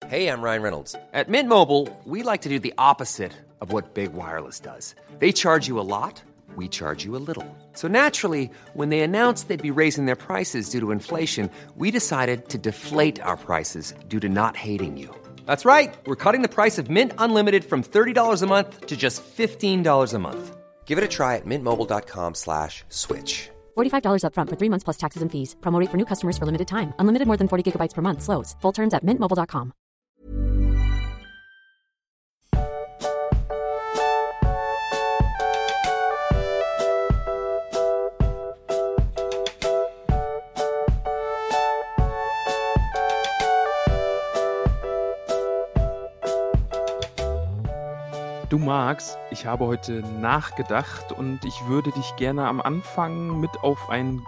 Hey, I'm Ryan Reynolds. At Mint Mobile, we like to do the opposite of what Big Wireless does. They charge you a lot, we charge you a little. So naturally, when they announced they'd be raising their prices due to inflation, we decided to deflate our prices due to not hating you. That's right. We're cutting the price of Mint Unlimited from $30 a month to just $15 a month. Give it a try at mintmobile.com/switch. $45 up front for 3 months plus taxes and fees. Promo rate for new customers for limited time. Unlimited more than 40 gigabytes per month. Slows full terms at mintmobile.com. Du Max, ich habe heute nachgedacht und ich würde dich gerne am Anfang mit auf ein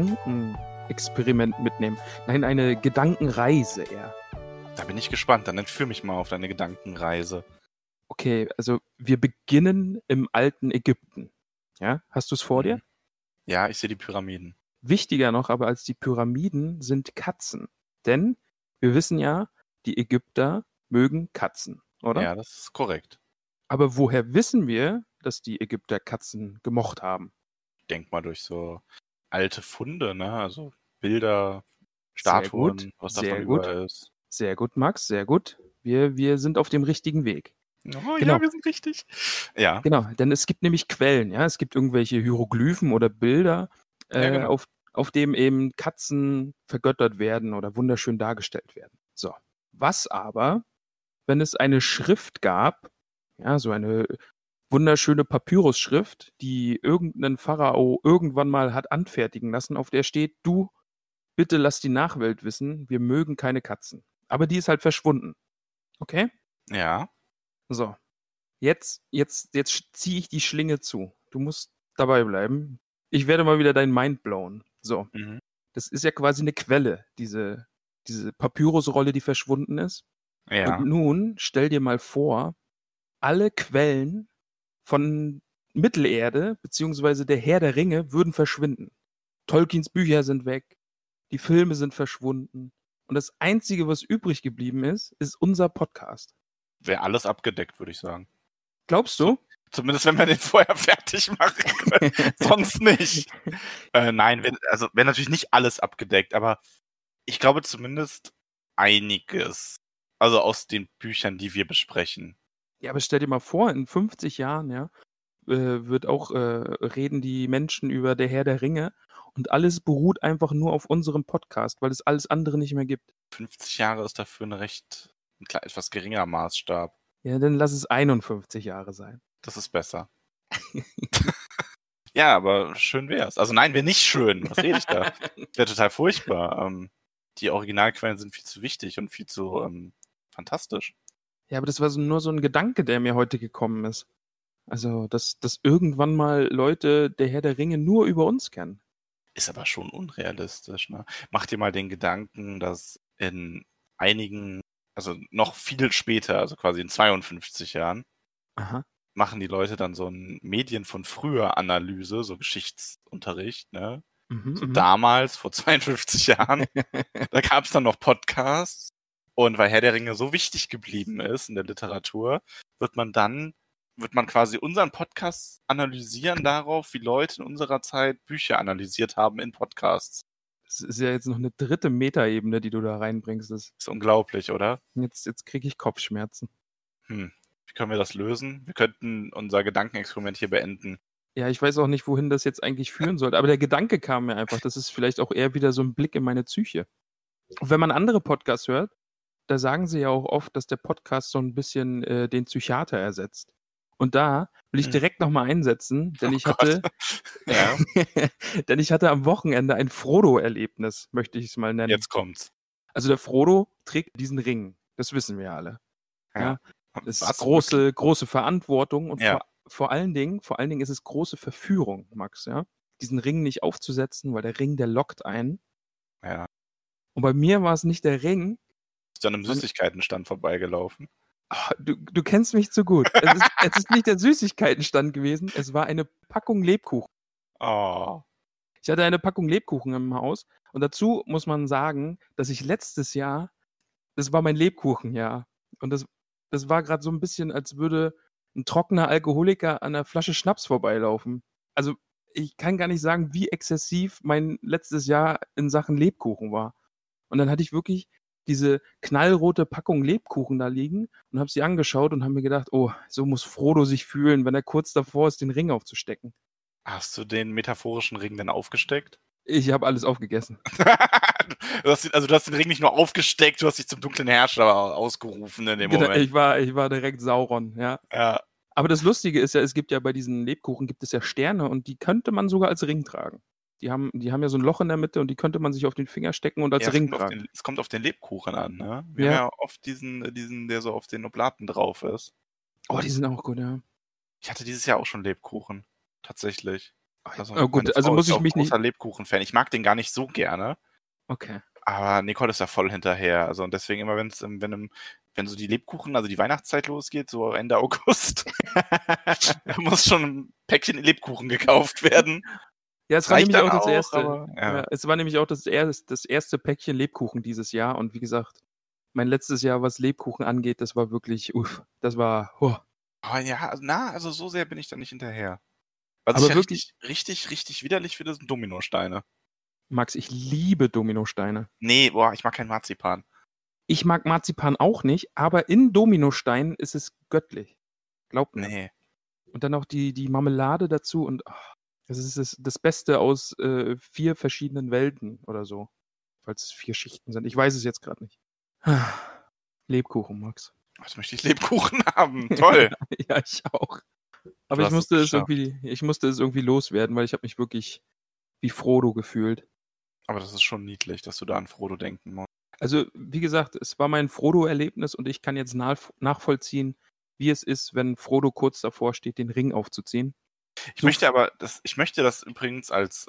Gedankenexperiment mitnehmen. Nein, eine Gedankenreise eher. Da bin ich gespannt, dann entführ mich mal auf deine Gedankenreise. Okay, also wir beginnen im alten Ägypten. Ja, hast du es vor dir? Ja, ich sehe die Pyramiden. Wichtiger noch aber als die Pyramiden sind Katzen. Denn wir wissen ja, die Ägypter mögen Katzen, oder? Ja, das ist korrekt. Aber woher wissen wir, dass die Ägypter Katzen gemocht haben? Denk mal durch so alte Funde, ne? Also Bilder, Statuen, was davon überall ist. Sehr gut, Max, sehr gut. Wir sind auf dem richtigen Weg. Oh, Genau. Ja, wir sind richtig. Ja. Genau, denn es gibt nämlich Quellen, ja. Es gibt irgendwelche Hieroglyphen oder Bilder, Genau. auf dem eben Katzen vergöttert werden oder wunderschön dargestellt werden. So. Was aber, wenn es eine Schrift gab, ja, so eine wunderschöne Papyrusschrift, die irgendein Pharao irgendwann mal hat anfertigen lassen, auf der steht, du, bitte lass die Nachwelt wissen, wir mögen keine Katzen. Aber die ist halt verschwunden. Okay? Ja. So. Jetzt ziehe ich die Schlinge zu. Du musst dabei bleiben. Ich werde mal wieder dein Mind blown. So. Mhm. Das ist ja quasi eine Quelle, diese Papyrusrolle, die verschwunden ist. Ja. Und nun stell dir mal vor, alle Quellen von Mittelerde beziehungsweise der Herr der Ringe würden verschwinden. Tolkiens Bücher sind weg, die Filme sind verschwunden und das Einzige, was übrig geblieben ist unser Podcast. Wäre alles abgedeckt, würde ich sagen. Glaubst du? Zumindest wenn wir den vorher fertig machen können. Sonst nicht. Nein, wäre natürlich nicht alles abgedeckt, aber ich glaube zumindest einiges. Also aus den Büchern, die wir besprechen. Ja, aber stell dir mal vor, in 50 Jahren, ja, reden die Menschen über der Herr der Ringe und alles beruht einfach nur auf unserem Podcast, weil es alles andere nicht mehr gibt. 50 Jahre ist dafür ein etwas geringer Maßstab. Ja, dann lass es 51 Jahre sein. Das ist besser. Ja, aber schön wär's. Also nein, wäre nicht schön. Was rede ich da? Wäre total furchtbar. Die Originalquellen sind viel zu wichtig und viel zu fantastisch. Ja, aber das war nur so ein Gedanke, der mir heute gekommen ist. Also, dass irgendwann mal Leute der Herr der Ringe nur über uns kennen. Ist aber schon unrealistisch, ne? Mach dir mal den Gedanken, dass in einigen, also noch viel später, also quasi in 52 Jahren, Aha. machen die Leute dann so ein Medien von früher Analyse, so Geschichtsunterricht, ne? So damals, vor 52 Jahren, da gab es dann noch Podcasts. Und weil Herr der Ringe so wichtig geblieben ist in der Literatur, wird man quasi unseren Podcast analysieren darauf, wie Leute in unserer Zeit Bücher analysiert haben in Podcasts. Das ist ja jetzt noch eine dritte Metaebene, die du da reinbringst. Das Ist unglaublich, oder? jetzt kriege ich Kopfschmerzen. Wie können wir das lösen? Wir könnten unser Gedankenexperiment hier beenden. Ja, ich weiß auch nicht, wohin das jetzt eigentlich führen sollte, aber der Gedanke kam mir einfach, das ist vielleicht auch eher wieder so ein Blick in meine Psyche. Und wenn man andere Podcasts hört, da sagen sie ja auch oft, dass der Podcast so ein bisschen den Psychiater ersetzt. Und da will ich direkt nochmal einsetzen, denn ich hatte Ja. denn ich hatte am Wochenende ein Frodo-Erlebnis, möchte ich es mal nennen. Jetzt kommt's. Also der Frodo trägt diesen Ring, das wissen wir alle. Ja. Das ist Was? große Verantwortung und Ja. vor allen Dingen ist es große Verführung, Max, ja. Diesen Ring nicht aufzusetzen, weil der Ring, der lockt ein. Ja. Und bei mir war es nicht der Ring. Ist an einem Süßigkeitenstand vorbeigelaufen. Oh, du kennst mich zu gut. Es ist nicht der Süßigkeitenstand gewesen, es war eine Packung Lebkuchen. Oh. Ich hatte eine Packung Lebkuchen im Haus und dazu muss man sagen, dass ich letztes Jahr Das war mein Lebkuchen, ja. Und das war gerade so ein bisschen, als würde ein trockener Alkoholiker an einer Flasche Schnaps vorbeilaufen. Also, ich kann gar nicht sagen, wie exzessiv mein letztes Jahr in Sachen Lebkuchen war. Und dann hatte ich wirklich diese knallrote Packung Lebkuchen da liegen und habe sie angeschaut und habe mir gedacht, oh, so muss Frodo sich fühlen, wenn er kurz davor ist, den Ring aufzustecken. Hast du den metaphorischen Ring denn aufgesteckt? Ich habe alles aufgegessen. Du hast den Ring nicht nur aufgesteckt, du hast dich zum dunklen Herrscher ausgerufen in dem Genau, Moment. ich war direkt Sauron, ja. Ja. Aber das Lustige ist ja, es gibt ja bei diesen Lebkuchen gibt es ja Sterne und die könnte man sogar als Ring tragen. Die haben ja so ein Loch in der Mitte und die könnte man sich auf den Finger stecken und als Ja, Ring tragen. es kommt auf den Lebkuchen an, ne? Wir Ja. haben ja oft diesen, der so auf den Oblaten drauf ist. Oh, die sind auch gut, ja. Ich hatte dieses Jahr auch schon Lebkuchen. Tatsächlich. Oh, gut, meine also Frau muss ist ich auch mich nicht. großer Lebkuchen-Fan. Ich mag den gar nicht so gerne. Okay. Aber Nicole ist da voll hinterher. Also und deswegen immer, wenn so die Lebkuchen, also die Weihnachtszeit losgeht, so Ende August, da muss schon ein Päckchen Lebkuchen gekauft werden. Ja, es war Reicht nämlich dann auch das auch, erste. aber, ja. Ja, es war nämlich auch das erste Päckchen Lebkuchen dieses Jahr. Und wie gesagt, mein letztes Jahr, was Lebkuchen angeht, das war wirklich, das war, Aber ja, also so sehr bin ich da nicht hinterher. Was Aber ich ja wirklich- richtig widerlich finde, sind Dominosteine. Max, ich liebe Dominosteine. Nee, boah, ich mag keinen Marzipan. Ich mag Marzipan auch nicht, aber in Dominosteinen ist es göttlich. Glaub mir. Nee. Und dann auch die Marmelade dazu und das ist das Beste aus 4 verschiedenen Welten oder so. Falls es 4 Schichten sind. Ich weiß es jetzt gerade nicht. Lebkuchen, Max. Was möchte ich Lebkuchen haben? Toll. Ja, ich auch. Aber Du ich hast musste es es irgendwie loswerden, weil ich habe mich wirklich wie Frodo gefühlt. Aber das ist schon niedlich, dass du da an Frodo denken musst. Also, wie gesagt, es war mein Frodo-Erlebnis und ich kann jetzt nachvollziehen, wie es ist, wenn Frodo kurz davor steht, den Ring aufzuziehen. Ich möchte das übrigens als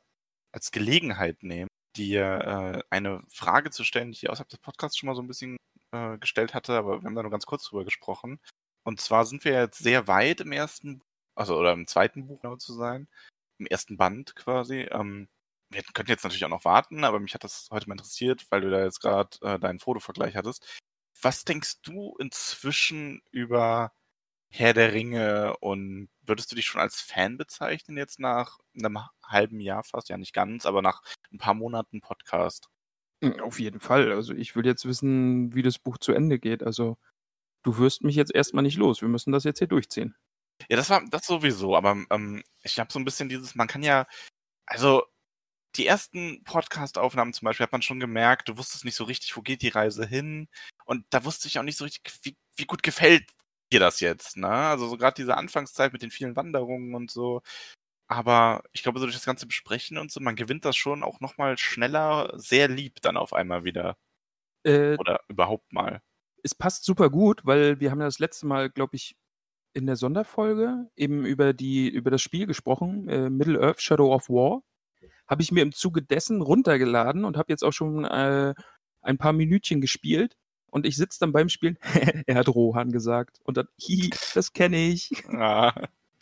Gelegenheit nehmen, dir eine Frage zu stellen, die ich außerhalb des Podcasts schon mal so ein bisschen gestellt hatte, aber wir haben da nur ganz kurz drüber gesprochen. Und zwar sind wir jetzt sehr weit im oder im zweiten Buch, genau zu sein, im ersten Band quasi. Wir könnten jetzt natürlich auch noch warten, aber mich hat das heute mal interessiert, weil du da jetzt gerade deinen Frodo-Vergleich hattest. Was denkst du inzwischen über Herr der Ringe und würdest du dich schon als Fan bezeichnen jetzt nach einem halben Jahr fast? Ja, nicht ganz, aber nach ein paar Monaten Podcast. Auf jeden Fall. Also, ich will jetzt wissen, wie das Buch zu Ende geht. Also, du wirst mich jetzt erstmal nicht los. Wir müssen das jetzt hier durchziehen. Ja, das sowieso, aber ich habe so ein bisschen man kann ja, also die ersten Podcast-Aufnahmen zum Beispiel hat man schon gemerkt, du wusstest nicht so richtig, wo geht die Reise hin und da wusste ich auch nicht so richtig, wie gut gefällt dir das jetzt, ne? Also so gerade diese Anfangszeit mit den vielen Wanderungen und so, aber ich glaube, so durch das ganze Besprechen und so, man gewinnt das schon auch nochmal schneller sehr lieb dann auf einmal wieder. Oder überhaupt mal. Es passt super gut, weil wir haben ja das letzte Mal, glaube ich, in der Sonderfolge eben über das Spiel gesprochen, Middle-earth: Shadow of War. Habe ich mir im Zuge dessen runtergeladen und habe jetzt auch schon ein paar Minütchen gespielt. Und ich sitze dann beim Spielen, er hat Rohan gesagt. Und dann, das kenne ich. Ja.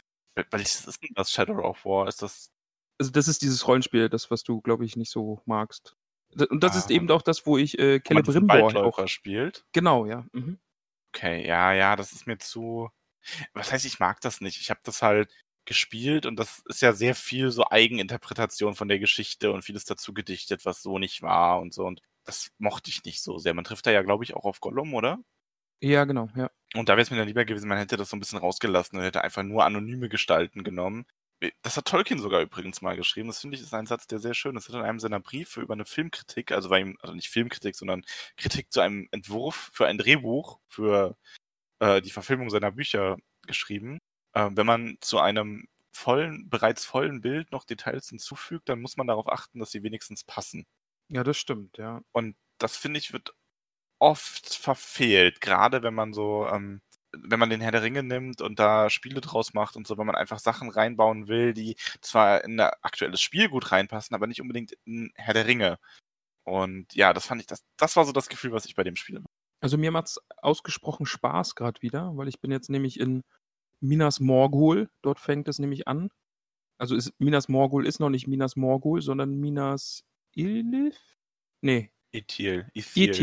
Was ist denn das Shadow of War? Ist das... Also das ist dieses Rollenspiel, das, was du, glaube ich, nicht so magst. Und das ist eben auch das, wo ich Celebrimbor auch spielt. Genau, ja. Mhm. Okay, ja, das ist mir zu... Was heißt, ich mag das nicht? Ich habe das halt gespielt und das ist ja sehr viel so Eigeninterpretation von der Geschichte und vieles dazu gedichtet, was so nicht war und so. Und das mochte ich nicht so sehr. Man trifft da ja, glaube ich, auch auf Gollum, oder? Ja, genau, ja. Und da wäre es mir dann lieber gewesen, man hätte das so ein bisschen rausgelassen und hätte einfach nur anonyme Gestalten genommen. Das hat Tolkien sogar übrigens mal geschrieben. Das finde ich ist ein Satz, der sehr schön ist. Er hat in einem seiner Briefe über eine Filmkritik, also nicht Filmkritik, sondern Kritik zu einem Entwurf für ein Drehbuch für die Verfilmung seiner Bücher geschrieben. Wenn man zu einem bereits vollen Bild noch Details hinzufügt, dann muss man darauf achten, dass sie wenigstens passen. Ja, das stimmt, ja. Und das, finde ich, wird oft verfehlt, gerade wenn man so, wenn man den Herr der Ringe nimmt und da Spiele draus macht und so, wenn man einfach Sachen reinbauen will, die zwar in ein aktuelles Spiel gut reinpassen, aber nicht unbedingt in Herr der Ringe. Und ja, das fand ich, das war so das Gefühl, was ich bei dem Spiel hatte. Also mir macht's ausgesprochen Spaß gerade wieder, weil ich bin jetzt nämlich in Minas Morgul. Dort fängt es nämlich an. Also Minas Morgul ist noch nicht Minas Morgul, sondern Minas Ithil. Ithil.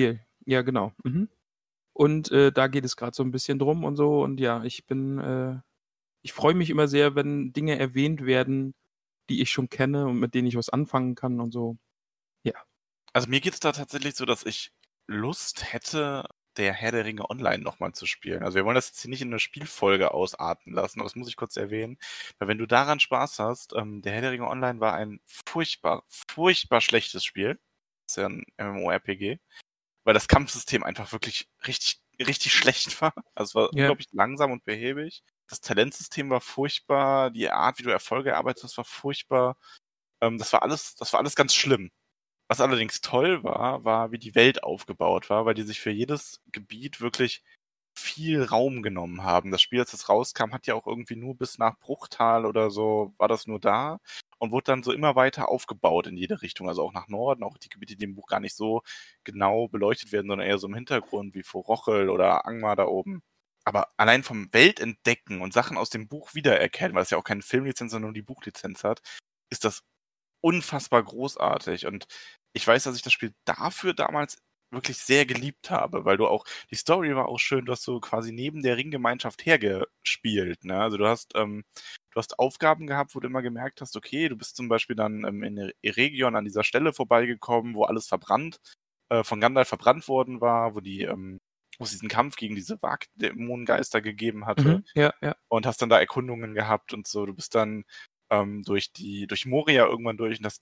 Ja, genau. Mhm. Und da geht es gerade so ein bisschen drum und so. Und ja, ich freue mich immer sehr, wenn Dinge erwähnt werden, die ich schon kenne und mit denen ich was anfangen kann und so. Ja. Also mir geht's da tatsächlich so, dass ich Lust hätte, der Herr der Ringe online nochmal zu spielen. Also wir wollen das jetzt hier nicht in eine Spielfolge ausarten lassen, aber das muss ich kurz erwähnen. Weil wenn du daran Spaß hast, der Herr der Ringe Online war ein furchtbar, furchtbar schlechtes Spiel. Das ist ja ein MMORPG. Weil das Kampfsystem einfach wirklich richtig, richtig schlecht war. Also es war Ja. unglaublich langsam und behäbig. Das Talentsystem war furchtbar. Die Art, wie du Erfolge erarbeitet hast, war furchtbar. Das war alles ganz schlimm. Was allerdings toll war, wie die Welt aufgebaut war, weil die sich für jedes Gebiet wirklich viel Raum genommen haben. Das Spiel, als es rauskam, hat ja auch irgendwie nur bis nach Bruchtal oder so, war das nur da und wurde dann so immer weiter aufgebaut in jede Richtung. Also auch nach Norden, auch die Gebiete, die im Buch gar nicht so genau beleuchtet werden, sondern eher so im Hintergrund, wie vor Rochel oder Angmar da oben. Aber allein vom Weltentdecken und Sachen aus dem Buch wiedererkennen, weil es ja auch keine Filmlizenz, sondern nur die Buchlizenz hat, ist das unfassbar großartig. Und ich weiß, dass ich das Spiel dafür damals wirklich sehr geliebt habe, weil die Story war auch schön, du hast so quasi neben der Ringgemeinschaft hergespielt, ne? Also du hast Aufgaben gehabt, wo du immer gemerkt hast, okay, du bist zum Beispiel dann in Eregion an dieser Stelle vorbeigekommen, wo alles von Gandalf verbrannt worden war, wo es diesen Kampf gegen diese Wagdämonengeister gegeben hatte. Ja, ja. Und hast dann da Erkundungen gehabt und so. Du bist dann durch Moria irgendwann durch und hast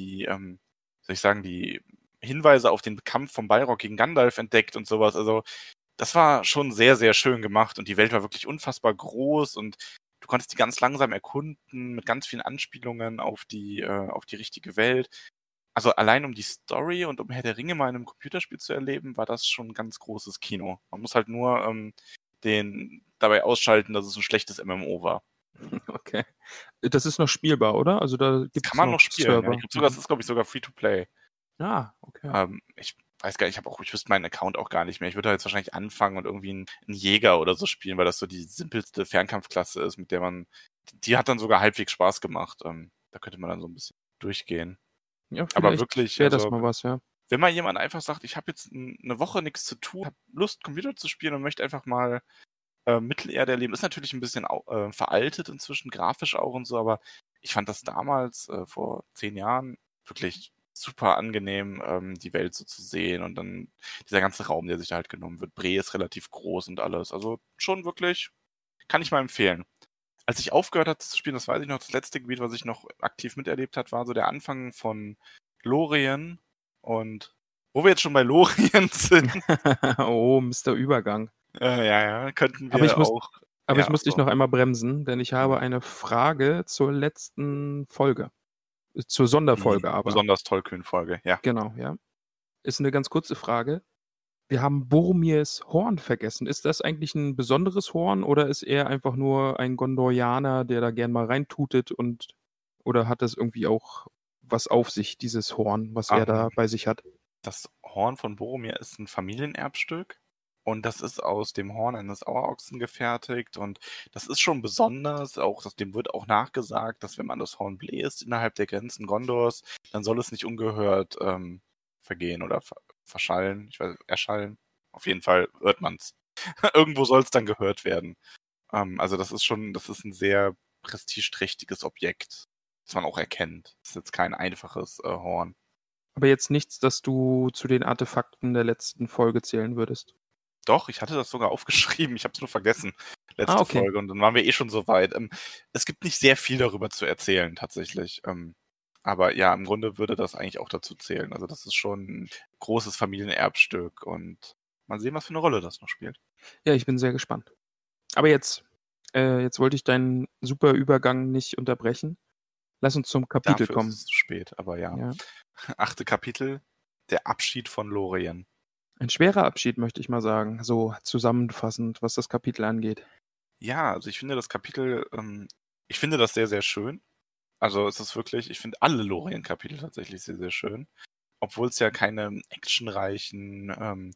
die Hinweise auf den Kampf von Balrog gegen Gandalf entdeckt und sowas. Also das war schon sehr, sehr schön gemacht und die Welt war wirklich unfassbar groß und du konntest die ganz langsam erkunden mit ganz vielen Anspielungen auf die richtige Welt. Also allein um die Story und um Herr der Ringe mal in einem Computerspiel zu erleben, war das schon ein ganz großes Kino. Man muss halt nur dabei ausschalten, dass es ein schlechtes MMO war. Okay. Das ist noch spielbar, oder? Also da Das gibt kann es man noch noch spielen. Ja. Server. Das ist, glaube ich, sogar Free-to-Play. Okay. Ich weiß gar nicht, ich wüsste meinen Account auch gar nicht mehr. Ich würde da jetzt wahrscheinlich anfangen und irgendwie einen Jäger oder so spielen, weil das so die simpelste Fernkampfklasse ist, mit der die hat dann sogar halbwegs Spaß gemacht. Da könnte man dann so ein bisschen durchgehen. Ja, Aber vielleicht wirklich, wäre das mal was, ja. wenn mal jemand einfach sagt, ich habe jetzt eine Woche nichts zu tun, habe Lust, Computer zu spielen und möchte einfach mal Mittelerde erleben, ist natürlich ein bisschen veraltet inzwischen, grafisch auch und so, aber ich fand das damals, vor 10 Jahren, wirklich super angenehm, die Welt so zu sehen und dann dieser ganze Raum, der sich da halt genommen wird. Bre ist relativ groß und alles. Also schon wirklich, kann ich mal empfehlen. Als ich aufgehört hatte zu spielen, das weiß ich noch, das letzte Gebiet, was ich noch aktiv miterlebt habe, war so der Anfang von Lorien. Und wo wir jetzt schon bei Lorien sind, Oh, Mr. Übergang. ja, könnten Aber wir ich muss, auch. aber ich muss dich so. noch einmal bremsen, denn ich habe eine Frage zur letzten Folge. Zur Sonderfolge Die aber. besonders Tollkühn-Folge, ja. Genau, ja. Ist eine ganz kurze Frage. Wir haben Boromirs Horn vergessen. Ist das eigentlich ein besonderes Horn oder ist er einfach nur ein Gondorianer, der da gern mal reintutet oder hat das irgendwie auch was auf sich, dieses Horn, was er da bei sich hat? Das Horn von Boromir ist ein Familienerbstück und das ist aus dem Horn eines Auerochsen gefertigt und das ist schon besonders, dem wird auch nachgesagt, dass wenn man das Horn bläst innerhalb der Grenzen Gondors, dann soll es nicht ungehört vergehen oder verschallen, erschallen. Auf jeden Fall hört man's. Irgendwo soll es dann gehört werden. Also das ist ein sehr prestigeträchtiges Objekt, das man auch erkennt. Das ist jetzt kein einfaches Horn. Aber jetzt nichts, das du zu den Artefakten der letzten Folge zählen würdest. Doch, ich hatte das sogar aufgeschrieben. Ich habe es nur vergessen. Letzte Okay. Folge. Und dann waren wir schon so weit. Es gibt nicht sehr viel darüber zu erzählen, tatsächlich. Aber ja, im Grunde würde das eigentlich auch dazu zählen. Also das ist schon ein großes Familienerbstück. Und mal sehen, was für eine Rolle das noch spielt. Ja, ich bin sehr gespannt. Aber jetzt wollte ich deinen super Übergang nicht unterbrechen. Lass uns zum Kapitel Dafür kommen. ist es zu spät. Aber ja. 8. Kapitel. Der Abschied von Lorien. Ein schwerer Abschied, möchte ich mal sagen, so zusammenfassend, was das Kapitel angeht. Ja, also ich finde das Kapitel, ich finde das sehr, sehr schön. Also es ist wirklich, ich finde alle Lorien-Kapitel tatsächlich sehr, sehr schön. Obwohl es ja keine actionreichen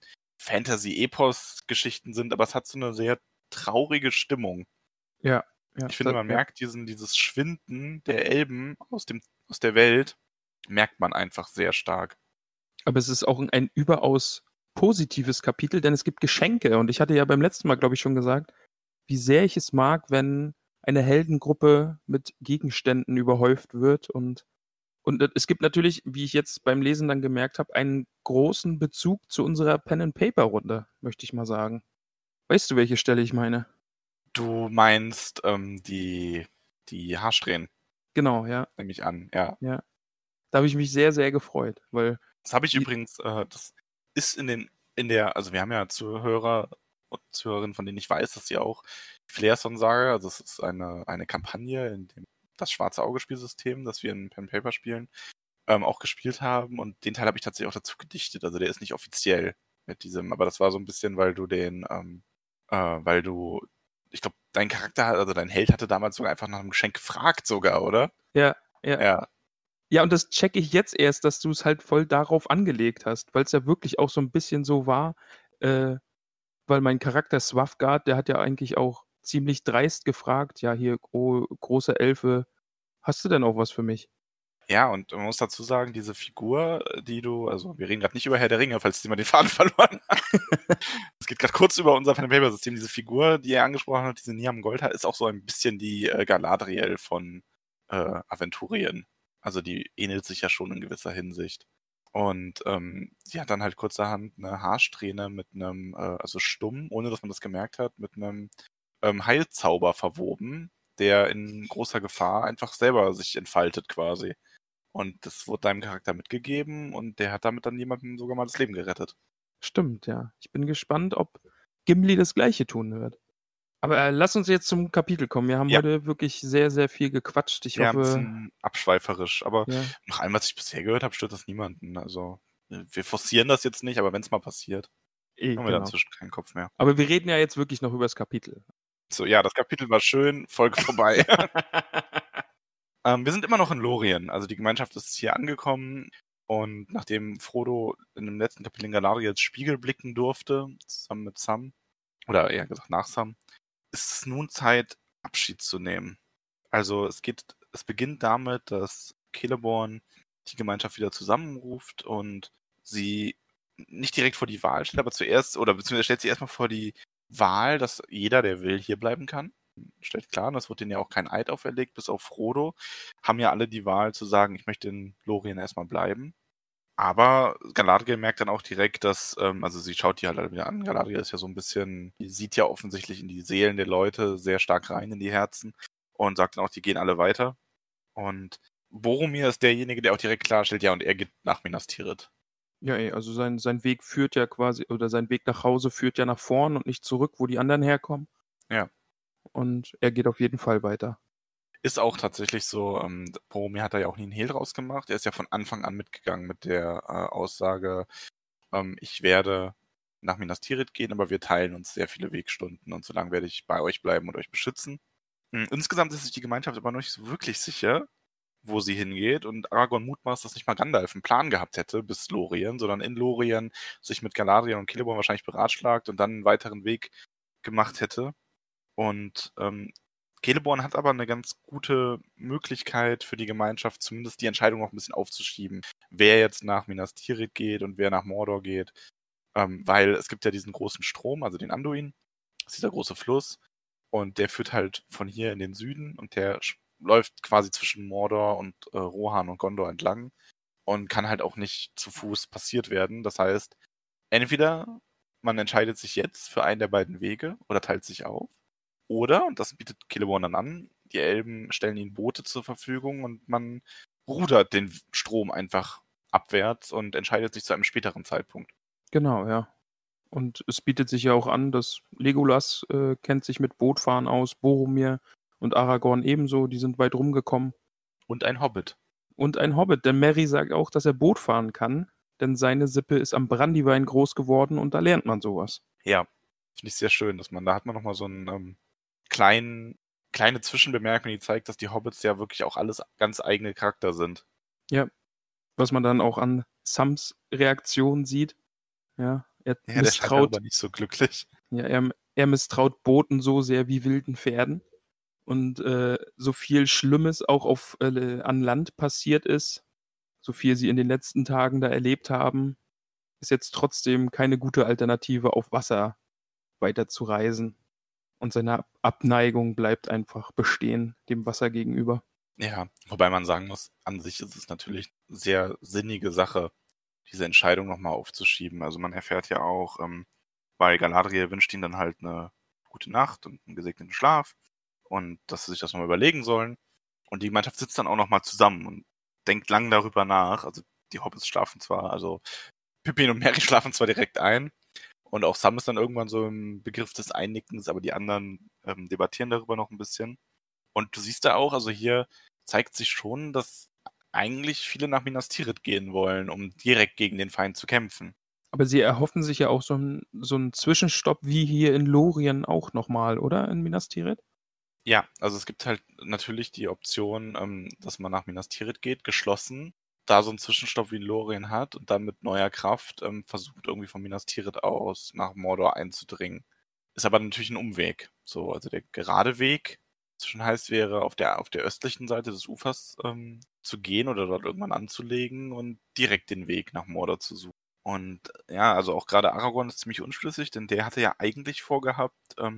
Fantasy-Epos-Geschichten sind, aber es hat so eine sehr traurige Stimmung. Ja. Ich finde, man merkt dieses Schwinden der Elben aus der Welt, merkt man einfach sehr stark. Aber es ist auch ein überaus positives Kapitel, denn es gibt Geschenke. Und ich hatte ja beim letzten Mal, glaube ich, schon gesagt, wie sehr ich es mag, wenn eine Heldengruppe mit Gegenständen überhäuft wird. Und es gibt natürlich, wie ich jetzt beim Lesen dann gemerkt habe, einen großen Bezug zu unserer Pen-and-Paper-Runde, möchte ich mal sagen. Weißt du, welche Stelle ich meine? Du meinst die Haarsträhnen, Genau, ja. nehme ich an, ja. Ja. Da habe ich mich sehr, sehr gefreut, weil Das habe ich übrigens, das ist also wir haben ja Zuhörer und Zuhörerinnen, von denen ich weiß, dass sie auch Flairson-Saga, also es ist eine Kampagne, in dem das schwarze Auge-Spielsystem, das wir in Pen Paper spielen, auch gespielt haben, und den Teil habe ich tatsächlich auch dazu gedichtet. Also der ist nicht offiziell mit diesem, aber das war so ein bisschen, weil du, ich glaube, dein Charakter, also dein Held hatte damals sogar einfach nach einem Geschenk gefragt sogar, oder? ja. Ja. Ja, und das checke ich jetzt erst, dass du es halt voll darauf angelegt hast, weil es ja wirklich auch so ein bisschen so war, weil mein Charakter Swafgard, der hat ja eigentlich auch ziemlich dreist gefragt, ja, hier, große Elfe, hast du denn auch was für mich? Ja, und man muss dazu sagen, diese Figur, also wir reden gerade nicht über Herr der Ringe, falls jemand den Faden verloren hat. Es geht gerade kurz über unser Pen-and-Paper-System. Diese Figur, die er angesprochen hat, diese Niam Goldhaar, ist auch so ein bisschen die Galadriel von Aventurien. Also die ähnelt sich ja schon in gewisser Hinsicht. Und sie hat dann halt kurzerhand eine Haarsträhne mit einem, also stumm, ohne dass man das gemerkt hat, mit einem Heilzauber verwoben, der in großer Gefahr einfach selber sich entfaltet quasi. Und das wurde deinem Charakter mitgegeben und der hat damit dann jemandem sogar mal das Leben gerettet. Stimmt, ja. Ich bin gespannt, ob Gimli das Gleiche tun wird. Aber lass uns jetzt zum Kapitel kommen. Wir haben heute wirklich sehr, sehr viel gequatscht. Ich Ja, ein hoffe, bisschen abschweiferisch, aber ja, nach allem, was ich bisher gehört habe, stört das niemanden. Also, wir forcieren das jetzt nicht, aber wenn es mal passiert, haben wir dann genau. inzwischen keinen Kopf mehr. Aber wir reden ja jetzt wirklich noch über das Kapitel. So, ja, das Kapitel war schön, Folge vorbei. Wir sind immer noch in Lorien, also die Gemeinschaft ist hier angekommen, und nachdem Frodo in dem letzten Kapitel in Galadriels Spiegel blicken durfte, zusammen mit Sam, oder eher gesagt nach Sam, ist es nun Zeit, Abschied zu nehmen. Also es beginnt damit, dass Celeborn die Gemeinschaft wieder zusammenruft und sie nicht direkt vor die Wahl stellt, aber beziehungsweise stellt sie erstmal vor die Wahl, dass jeder, der will, hier bleiben kann. Stellt klar, und das wird denen ja auch kein Eid auferlegt, bis auf Frodo, haben ja alle die Wahl zu sagen, ich möchte in Lorien erstmal bleiben. Aber Galadriel merkt dann auch direkt, dass, also sie schaut die halt alle wieder an. Galadriel ist ja so ein bisschen, die sieht ja offensichtlich in die Seelen der Leute sehr stark rein, in die Herzen, und sagt dann auch, die gehen alle weiter. Und Boromir ist derjenige, der auch direkt klarstellt, ja, und er geht nach Minas Tirith. Ja, also sein Weg führt ja quasi, oder sein Weg nach Hause führt ja nach vorn und nicht zurück, wo die anderen herkommen. Ja. Und er geht auf jeden Fall weiter. Ist auch tatsächlich so, Boromir hat da ja auch nie einen Hehl draus gemacht. Er ist ja von Anfang an mitgegangen mit der Aussage, ich werde nach Minas Tirith gehen, aber wir teilen uns sehr viele Wegstunden und solange werde ich bei euch bleiben und euch beschützen. Insgesamt ist sich die Gemeinschaft aber noch nicht so wirklich sicher, wo sie hingeht, und Aragorn mutmaßt, dass nicht mal Gandalf einen Plan gehabt hätte bis Lorien, sondern in Lorien sich mit Galadriel und Celeborn wahrscheinlich beratschlagt und dann einen weiteren Weg gemacht hätte. Und Celeborn hat aber eine ganz gute Möglichkeit für die Gemeinschaft, zumindest die Entscheidung noch ein bisschen aufzuschieben, wer jetzt nach Minas Tirith geht und wer nach Mordor geht. Weil es gibt ja diesen großen Strom, also den Anduin, das ist dieser große Fluss, und der führt halt von hier in den Süden, und der läuft quasi zwischen Mordor und Rohan und Gondor entlang und kann halt auch nicht zu Fuß passiert werden. Das heißt, entweder man entscheidet sich jetzt für einen der beiden Wege oder teilt sich auf, oder, und das bietet Celeborn dann an, die Elben stellen ihnen Boote zur Verfügung und man rudert den Strom einfach abwärts und entscheidet sich zu einem späteren Zeitpunkt. Genau, ja. Und es bietet sich ja auch an, dass Legolas kennt sich mit Bootfahren aus, Boromir und Aragorn ebenso, die sind weit rumgekommen. Und ein Hobbit. Und ein Hobbit, denn Merry sagt auch, dass er Boot fahren kann, denn seine Sippe ist am Brandywein groß geworden und da lernt man sowas. Ja, finde ich sehr schön, da hat man nochmal so einen kleine Zwischenbemerkung, die zeigt, dass die Hobbits ja wirklich auch alles ganz eigene Charakter sind. Ja, was man dann auch an Sams Reaktion sieht. Ja, der scheint aber nicht so glücklich. Ja, er misstraut Booten so sehr wie wilden Pferden. Und so viel Schlimmes auch an Land passiert ist, so viel sie in den letzten Tagen da erlebt haben, ist jetzt trotzdem keine gute Alternative, auf Wasser weiter zu reisen. Und seine Abneigung bleibt einfach bestehen, dem Wasser gegenüber. Ja, wobei man sagen muss, an sich ist es natürlich eine sehr sinnige Sache, diese Entscheidung nochmal aufzuschieben. Also man erfährt ja auch, weil Galadriel wünscht ihnen dann halt eine gute Nacht und einen gesegneten Schlaf und dass sie sich das nochmal überlegen sollen. Und die Mannschaft sitzt dann auch nochmal zusammen und denkt lang darüber nach. Also die Hobbits schlafen zwar, also Pippin und Merry schlafen zwar direkt ein und auch Sam ist dann irgendwann so im Begriff des Einnickens, aber die anderen debattieren darüber noch ein bisschen. Und du siehst da auch, also hier zeigt sich schon, dass eigentlich viele nach Minas Tirith gehen wollen, um direkt gegen den Feind zu kämpfen. Aber sie erhoffen sich ja auch so einen Zwischenstopp wie hier in Lorien auch nochmal, oder? In Minas Tirith? Ja, also es gibt halt natürlich die Option, dass man nach Minas Tirith geht, geschlossen, da so einen Zwischenstopp wie in Lorien hat und dann mit neuer Kraft versucht irgendwie von Minas Tirith aus nach Mordor einzudringen. Ist aber natürlich ein Umweg. So, also der gerade Weg zwischen heißt wäre, auf der östlichen Seite des Ufers zu gehen oder dort irgendwann anzulegen und direkt den Weg nach Mordor zu suchen. Und ja, also auch gerade Aragorn ist ziemlich unschlüssig, denn der hatte ja eigentlich vorgehabt,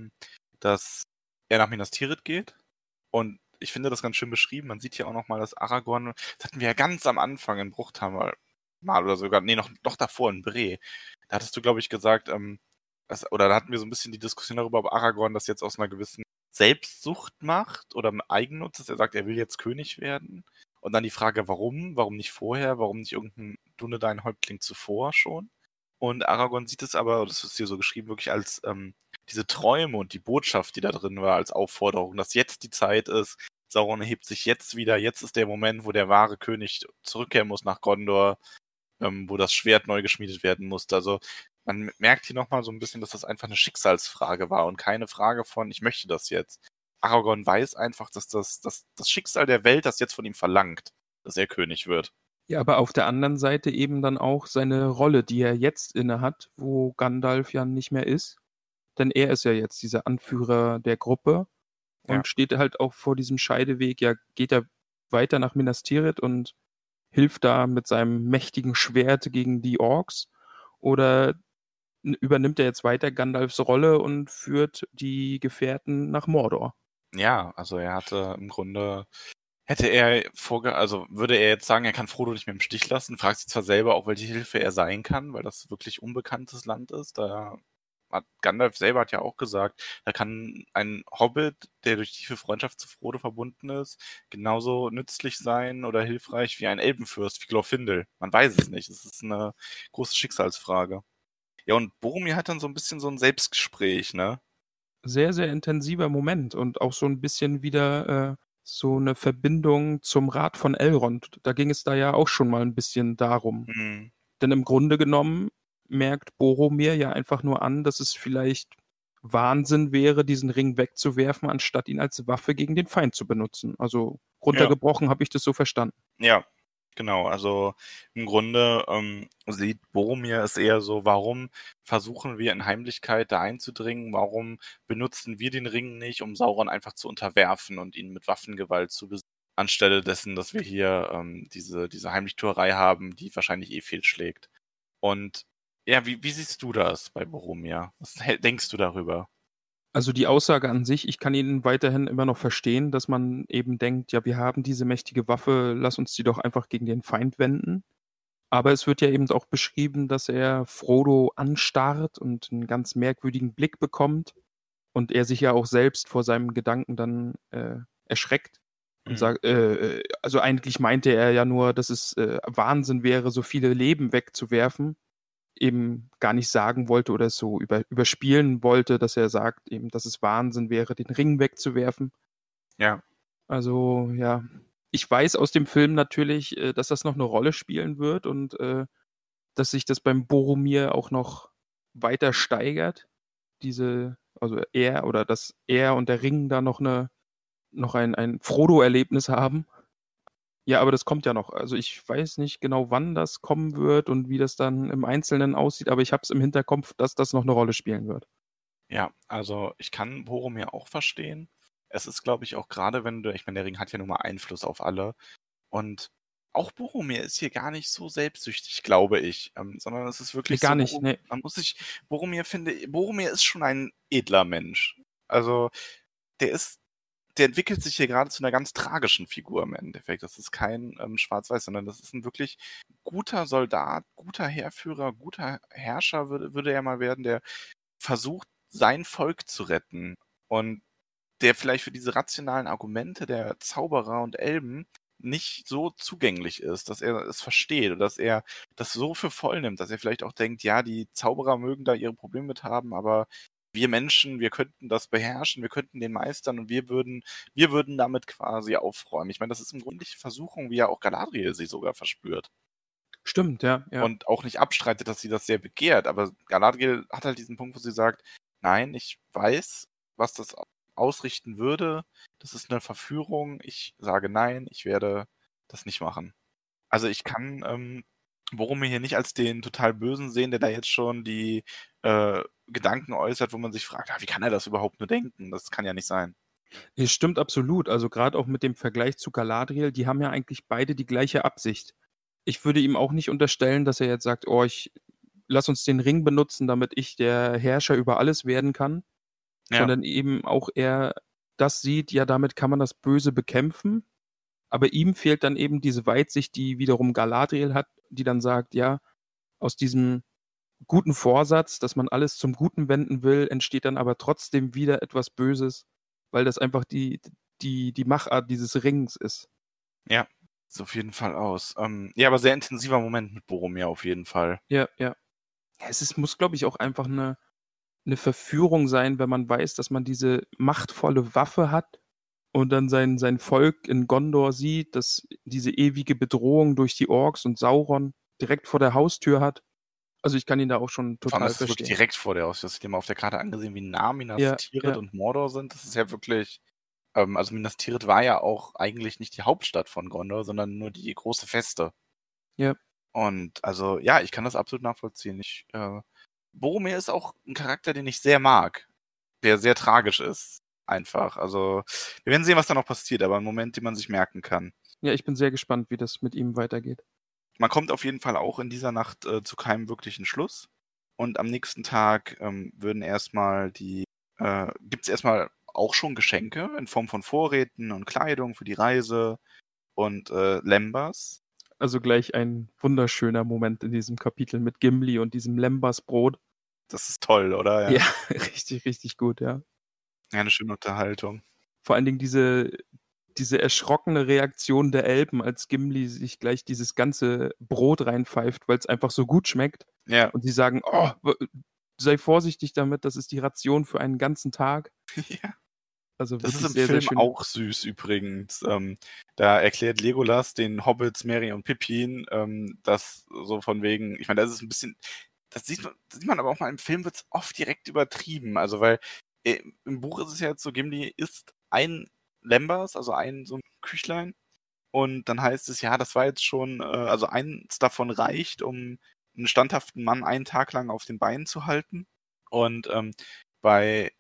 dass er nach Minas Tirith geht. Und ich finde das ganz schön beschrieben. Man sieht hier auch nochmal, dass Aragorn, das hatten wir ja ganz am Anfang in Bruchtal mal oder sogar, nee, noch davor in Bre. Da hattest du, glaube ich, gesagt, oder da hatten wir so ein bisschen die Diskussion darüber, ob Aragorn das jetzt aus einer gewissen Selbstsucht macht oder im Eigennutz, dass er sagt, er will jetzt König werden. Und dann die Frage, warum? Warum nicht vorher? Warum nicht irgendein Dunedain-Häuptling zuvor schon? Und Aragorn sieht es aber, das ist hier so geschrieben, wirklich als diese Träume und die Botschaft, die da drin war, als Aufforderung, dass jetzt die Zeit ist, Sauron erhebt sich jetzt wieder, jetzt ist der Moment, wo der wahre König zurückkehren muss nach Gondor, wo das Schwert neu geschmiedet werden musste. Also man merkt hier nochmal so ein bisschen, dass das einfach eine Schicksalsfrage war und keine Frage von, ich möchte das jetzt. Aragorn weiß einfach, dass das Schicksal der Welt das jetzt von ihm verlangt, dass er König wird. Ja, aber auf der anderen Seite eben dann auch seine Rolle, die er jetzt innehat, wo Gandalf ja nicht mehr ist. Denn er ist ja jetzt dieser Anführer der Gruppe und Ja. steht halt auch vor diesem Scheideweg. Ja, geht er weiter nach Minas Tirith und hilft da mit seinem mächtigen Schwert gegen die Orks? Oder übernimmt er jetzt weiter Gandalfs Rolle und führt die Gefährten nach Mordor? Ja, also er hatte im Grunde, also würde er jetzt sagen, er kann Frodo nicht mehr im Stich lassen, fragt sich zwar selber auch, welche Hilfe er sein kann, weil das wirklich unbekanntes Land ist. Gandalf selber hat ja auch gesagt, da kann ein Hobbit, der durch tiefe Freundschaft zu Frodo verbunden ist, genauso nützlich sein oder hilfreich wie ein Elbenfürst, wie Glorfindel. Man weiß es nicht. Es ist eine große Schicksalsfrage. Ja, und Boromir hat dann so ein bisschen so ein Selbstgespräch, ne? Sehr, sehr intensiver Moment und auch so ein bisschen wieder so eine Verbindung zum Rat von Elrond. Da ging es da ja auch schon mal ein bisschen darum. Mhm. Denn im Grunde genommen merkt Boromir ja einfach nur an, dass es vielleicht Wahnsinn wäre, diesen Ring wegzuwerfen, anstatt ihn als Waffe gegen den Feind zu benutzen. Also runtergebrochen habe ich das so verstanden. Ja, genau. Also im Grunde sieht Boromir es eher so, warum versuchen wir in Heimlichkeit da einzudringen? Warum benutzen wir den Ring nicht, um Sauron einfach zu unterwerfen und ihn mit Waffengewalt zu besiegen? Anstelle dessen, dass wir hier diese Heimlichtuerei haben, die wahrscheinlich fehlschlägt. Und ja, wie siehst du das bei Boromir? Was denkst du darüber? Also die Aussage an sich, ich kann ihn weiterhin immer noch verstehen, dass man eben denkt, ja, wir haben diese mächtige Waffe, lass uns die doch einfach gegen den Feind wenden. Aber es wird ja eben auch beschrieben, dass er Frodo anstarrt und einen ganz merkwürdigen Blick bekommt und er sich ja auch selbst vor seinem Gedanken dann erschreckt und Mhm. sagt, also eigentlich meinte er ja nur, dass es Wahnsinn wäre, so viele Leben wegzuwerfen, eben gar nicht sagen wollte oder es so überspielen wollte, dass er sagt eben, dass es Wahnsinn wäre, den Ring wegzuwerfen. Ja. Also ja, ich weiß aus dem Film natürlich, dass das noch eine Rolle spielen wird und dass sich das beim Boromir auch noch weiter steigert. Also er oder dass er und der Ring da noch ein Frodo-Erlebnis haben. Ja, aber das kommt ja noch. Also ich weiß nicht genau, wann das kommen wird und wie das dann im Einzelnen aussieht, aber ich habe es im Hinterkopf, dass das noch eine Rolle spielen wird. Ja, also ich kann Boromir auch verstehen. Es ist, glaube ich, auch gerade, ich meine, der Ring hat ja nun mal Einfluss auf alle. Und auch Boromir ist hier gar nicht so selbstsüchtig, glaube ich, sondern es ist wirklich gar nicht, nee. Boromir ist schon ein edler Mensch. Also, der entwickelt sich hier gerade zu einer ganz tragischen Figur im Endeffekt. Das ist kein Schwarz-Weiß, sondern das ist ein wirklich guter Soldat, guter Heerführer, guter Herrscher würde er mal werden, der versucht, sein Volk zu retten und der vielleicht für diese rationalen Argumente der Zauberer und Elben nicht so zugänglich ist, dass er es versteht und dass er das so für voll nimmt, dass er vielleicht auch denkt, ja, die Zauberer mögen da ihre Probleme mit haben, aber wir Menschen, wir könnten das beherrschen, wir könnten den meistern und wir würden damit quasi aufräumen. Ich meine, das ist im Grunde die Versuchung, wie ja auch Galadriel sie sogar verspürt. Stimmt, ja. Und auch nicht abstreitet, dass sie das sehr begehrt, aber Galadriel hat halt diesen Punkt, wo sie sagt, nein, ich weiß, was das ausrichten würde, das ist eine Verführung, ich sage nein, ich werde das nicht machen. Also ich kann Boromir hier nicht als den total Bösen sehen, der da jetzt schon die Gedanken äußert, wo man sich fragt, wie kann er das überhaupt nur denken? Das kann ja nicht sein. Es stimmt absolut. Also gerade auch mit dem Vergleich zu Galadriel, die haben ja eigentlich beide die gleiche Absicht. Ich würde ihm auch nicht unterstellen, dass er jetzt sagt, lass uns den Ring benutzen, damit ich der Herrscher über alles werden kann. Ja. Sondern eben auch er das sieht, ja, damit kann man das Böse bekämpfen. Aber ihm fehlt dann eben diese Weitsicht, die wiederum Galadriel hat, die dann sagt, ja, aus diesem guten Vorsatz, dass man alles zum Guten wenden will, entsteht dann aber trotzdem wieder etwas Böses, weil das einfach die Machart dieses Rings ist. Ja, sieht auf jeden Fall aus. Ja, aber sehr intensiver Moment mit Boromir auf jeden Fall. Ja. Muss, glaube ich, auch einfach eine Verführung sein, wenn man weiß, dass man diese machtvolle Waffe hat und dann sein Volk in Gondor sieht, dass diese ewige Bedrohung durch die Orks und Sauron direkt vor der Haustür hat. Also ich kann ihn da auch schon total verstehen. Wirklich direkt vor der Haustür. Das ist dir mal auf der Karte angesehen, wie nah Minas Tirith und Mordor sind. Das ist ja wirklich... also Minas Tirith war ja auch eigentlich nicht die Hauptstadt von Gondor, sondern nur die große Feste. Ja. Und also, ja, ich kann das absolut nachvollziehen. Boromir ist auch ein Charakter, den ich sehr mag, der sehr tragisch ist, einfach. Also, wir werden sehen, was da noch passiert, aber ein Moment, den man sich merken kann. Ja, ich bin sehr gespannt, wie das mit ihm weitergeht. Man kommt auf jeden Fall auch in dieser Nacht zu keinem wirklichen Schluss. Und am nächsten Tag gibt's erstmal auch schon Geschenke in Form von Vorräten und Kleidung für die Reise und Lembas. Also gleich ein wunderschöner Moment in diesem Kapitel mit Gimli und diesem Lembas-Brot. Das ist toll, oder? Ja, richtig, richtig gut, ja. Ja, eine schöne Unterhaltung. Vor allen Dingen diese erschrockene Reaktion der Elben, als Gimli sich gleich dieses ganze Brot reinpfeift, weil es einfach so gut schmeckt. Ja. Und sie sagen, sei vorsichtig damit, das ist die Ration für einen ganzen Tag. Ja. Also das ist im sehr, Film sehr schön. Auch süß übrigens. Da erklärt Legolas den Hobbits Merry und Pippin, das so von wegen, ich meine, das ist ein bisschen, das sieht man aber auch mal im Film, wird es oft direkt übertrieben. Also weil im Buch ist es ja jetzt so, Gimli isst ein Lembas, also so ein Küchlein, und dann heißt es, ja, das war jetzt schon, also eins davon reicht, um einen standhaften Mann einen Tag lang auf den Beinen zu halten. Und bei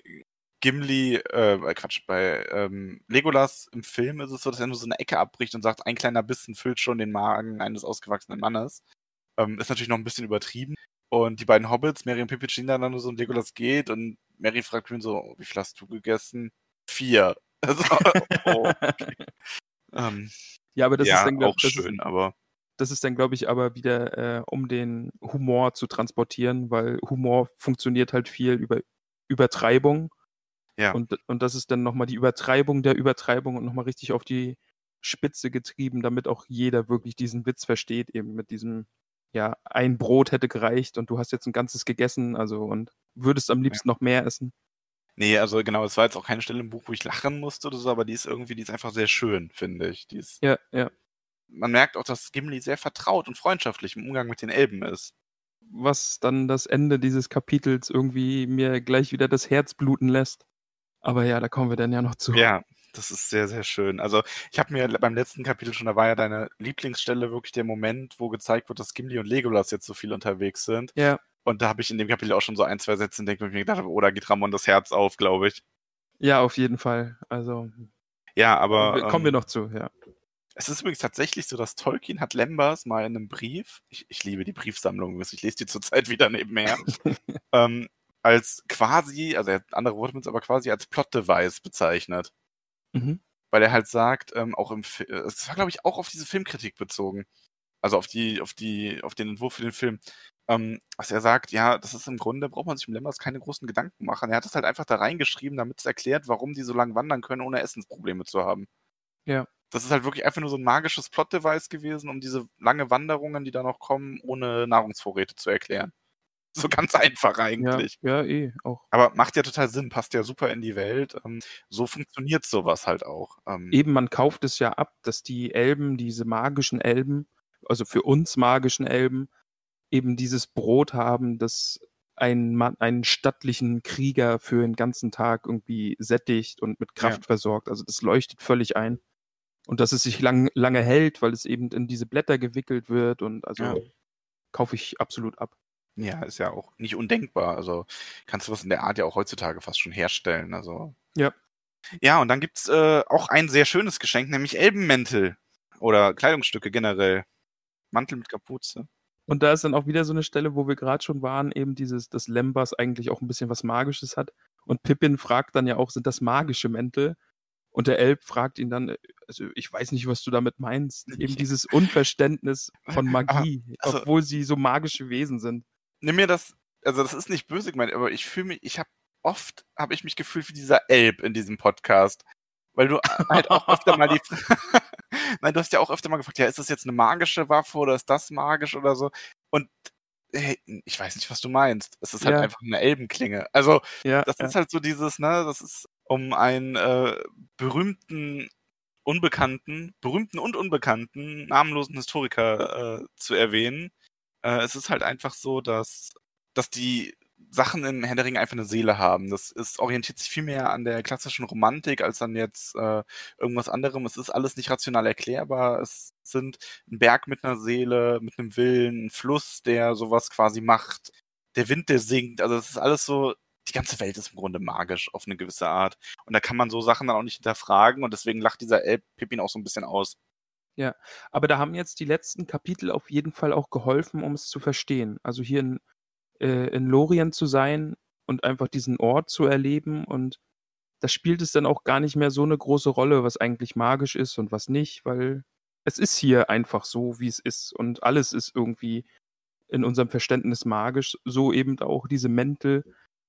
Legolas im Film ist es so, dass er nur so eine Ecke abbricht und sagt, ein kleiner Bissen füllt schon den Magen eines ausgewachsenen Mannes. Ist natürlich noch ein bisschen übertrieben. Und die beiden Hobbits, Merry und Pippin, stehen dann nur so und Legolas geht und Merry fragt ihn so, wie viel hast du gegessen? 4. Also, okay. Ja, aber das ist dann auch schön, aber das ist dann, glaube ich, aber wieder, um den Humor zu transportieren, weil Humor funktioniert halt viel über Übertreibung. Ja. Und das ist dann nochmal die Übertreibung der Übertreibung und nochmal richtig auf die Spitze getrieben, damit auch jeder wirklich diesen Witz versteht, eben mit diesem, ja, ein Brot hätte gereicht und du hast jetzt ein ganzes gegessen, also und würdest am liebsten noch mehr essen. Nee, also genau, es war jetzt auch keine Stelle im Buch, wo ich lachen musste oder so, aber die ist einfach sehr schön, finde ich. Ja. Man merkt auch, dass Gimli sehr vertraut und freundschaftlich im Umgang mit den Elben ist. Was dann das Ende dieses Kapitels irgendwie mir gleich wieder das Herz bluten lässt. Aber ja, da kommen wir dann ja noch zu. Ja, das ist sehr, sehr schön. Also ich habe mir beim letzten Kapitel schon, da war ja deine Lieblingsstelle wirklich der Moment, wo gezeigt wird, dass Gimli und Legolas jetzt so viel unterwegs sind. Ja. Und da habe ich in dem Kapitel auch schon so 1, 2 Sätze entdeckt, wo ich mir gedacht habe, da geht Ramon das Herz auf, glaube ich. Ja, auf jeden Fall. Also. Ja, aber. Kommen wir noch zu, ja. Es ist übrigens tatsächlich so, dass Tolkien hat Lembas mal in einem Brief, ich liebe die Briefsammlung, ich lese die zurzeit wieder nebenher, ähm, als quasi, also er hat andere Worte benutzt, aber quasi als Plot-Device bezeichnet. Mhm. Weil er halt sagt, auch es war, glaube ich, auch auf diese Filmkritik bezogen. Also auf den Entwurf für den Film. Also er sagt, ja, das ist im Grunde, braucht man sich um Lembas keine großen Gedanken machen. Er hat es halt einfach da reingeschrieben, damit es erklärt, warum die so lange wandern können, ohne Essensprobleme zu haben. Ja. Das ist halt wirklich einfach nur so ein magisches Plot-Device gewesen, um diese lange Wanderungen, die da noch kommen, ohne Nahrungsvorräte zu erklären. So ganz einfach eigentlich. Ja, auch. Aber macht ja total Sinn, passt ja super in die Welt. So funktioniert sowas halt auch. Eben, man kauft es ja ab, dass die Elben, diese magischen Elben, also für uns magischen Elben, eben dieses Brot haben, das einen stattlichen Krieger für den ganzen Tag irgendwie sättigt und mit Kraft versorgt. Also das leuchtet völlig ein. Und dass es sich lange hält, weil es eben in diese Blätter gewickelt wird und also kaufe ich absolut ab. Ja, ist ja auch nicht undenkbar. Also kannst du was in der Art ja auch heutzutage fast schon herstellen. Also. Ja. Ja, und dann gibt's auch ein sehr schönes Geschenk, nämlich Elbenmäntel. Oder Kleidungsstücke generell. Mantel mit Kapuze. Und da ist dann auch wieder so eine Stelle, wo wir gerade schon waren, eben dass Lembas eigentlich auch ein bisschen was Magisches hat. Und Pippin fragt dann ja auch, sind das magische Mäntel? Und der Elb fragt ihn dann, also ich weiß nicht, was du damit meinst. Eben dieses Unverständnis von Magie, also, obwohl sie so magische Wesen sind. Nimm mir das, also das ist nicht böse gemeint, aber ich habe ich mich gefühlt wie dieser Elb in diesem Podcast. Weil du halt auch öfter mal Nein, du hast ja auch öfter mal gefragt, ja, ist das jetzt eine magische Waffe oder ist das magisch oder so? Und hey, ich weiß nicht, was du meinst. Es ist halt einfach eine Elbenklinge. Also, das ist halt so dieses, ne, das ist um einen berühmten und unbekannten, namenlosen Historiker zu erwähnen. Es ist halt einfach so, dass die Sachen in Herr der Ringe einfach eine Seele haben. Orientiert sich viel mehr an der klassischen Romantik als an jetzt irgendwas anderem. Es ist alles nicht rational erklärbar. Es sind ein Berg mit einer Seele, mit einem Willen, ein Fluss, der sowas quasi macht. Der Wind, der singt. Also es ist alles so, die ganze Welt ist im Grunde magisch auf eine gewisse Art. Und da kann man so Sachen dann auch nicht hinterfragen und deswegen lacht dieser Elb Pippin auch so ein bisschen aus. Ja, aber da haben jetzt die letzten Kapitel auf jeden Fall auch geholfen, um es zu verstehen. Also hier in Lorien zu sein und einfach diesen Ort zu erleben und da spielt es dann auch gar nicht mehr so eine große Rolle, was eigentlich magisch ist und was nicht, weil es ist hier einfach so, wie es ist und alles ist irgendwie in unserem Verständnis magisch, so eben auch diese Mäntel,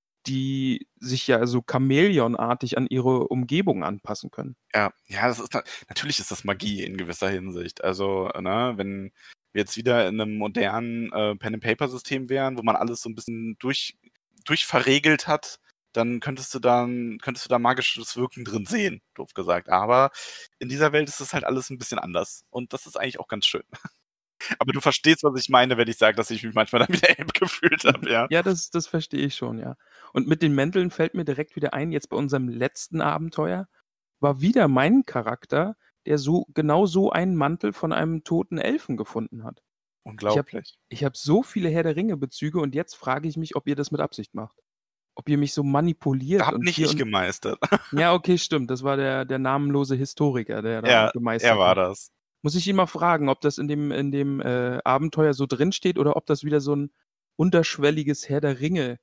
die sich ja so chamäleonartig an ihre Umgebung anpassen können. Ja, das ist natürlich ist das Magie in gewisser Hinsicht. Also, ne, wenn wir jetzt wieder in einem modernen Pen-and-Paper-System wären, wo man alles so ein bisschen durchverregelt hat, dann könntest du da magisches Wirken drin sehen, doof gesagt. Aber in dieser Welt ist das halt alles ein bisschen anders. Und das ist eigentlich auch ganz schön. Aber du verstehst, was ich meine, wenn ich sage, dass ich mich manchmal dann wieder Elb gefühlt habe, ja? Ja, das verstehe ich schon, ja. Und mit den Mänteln fällt mir direkt wieder ein, jetzt bei unserem letzten Abenteuer war wieder mein Charakter, der genau so einen Mantel von einem toten Elfen gefunden hat. Unglaublich. Ich habe so viele Herr der Ringe-Bezüge und jetzt frage ich mich, ob ihr das mit Absicht macht. Ob ihr mich so manipuliert. Hab nicht ich gemeistert. Ja, okay, stimmt. Das war der namenlose Historiker, der da gemeistert hat. Er war das. Muss ich ihn mal fragen, ob das in dem Abenteuer so drinsteht oder ob das wieder so ein unterschwelliges Herr der Ringe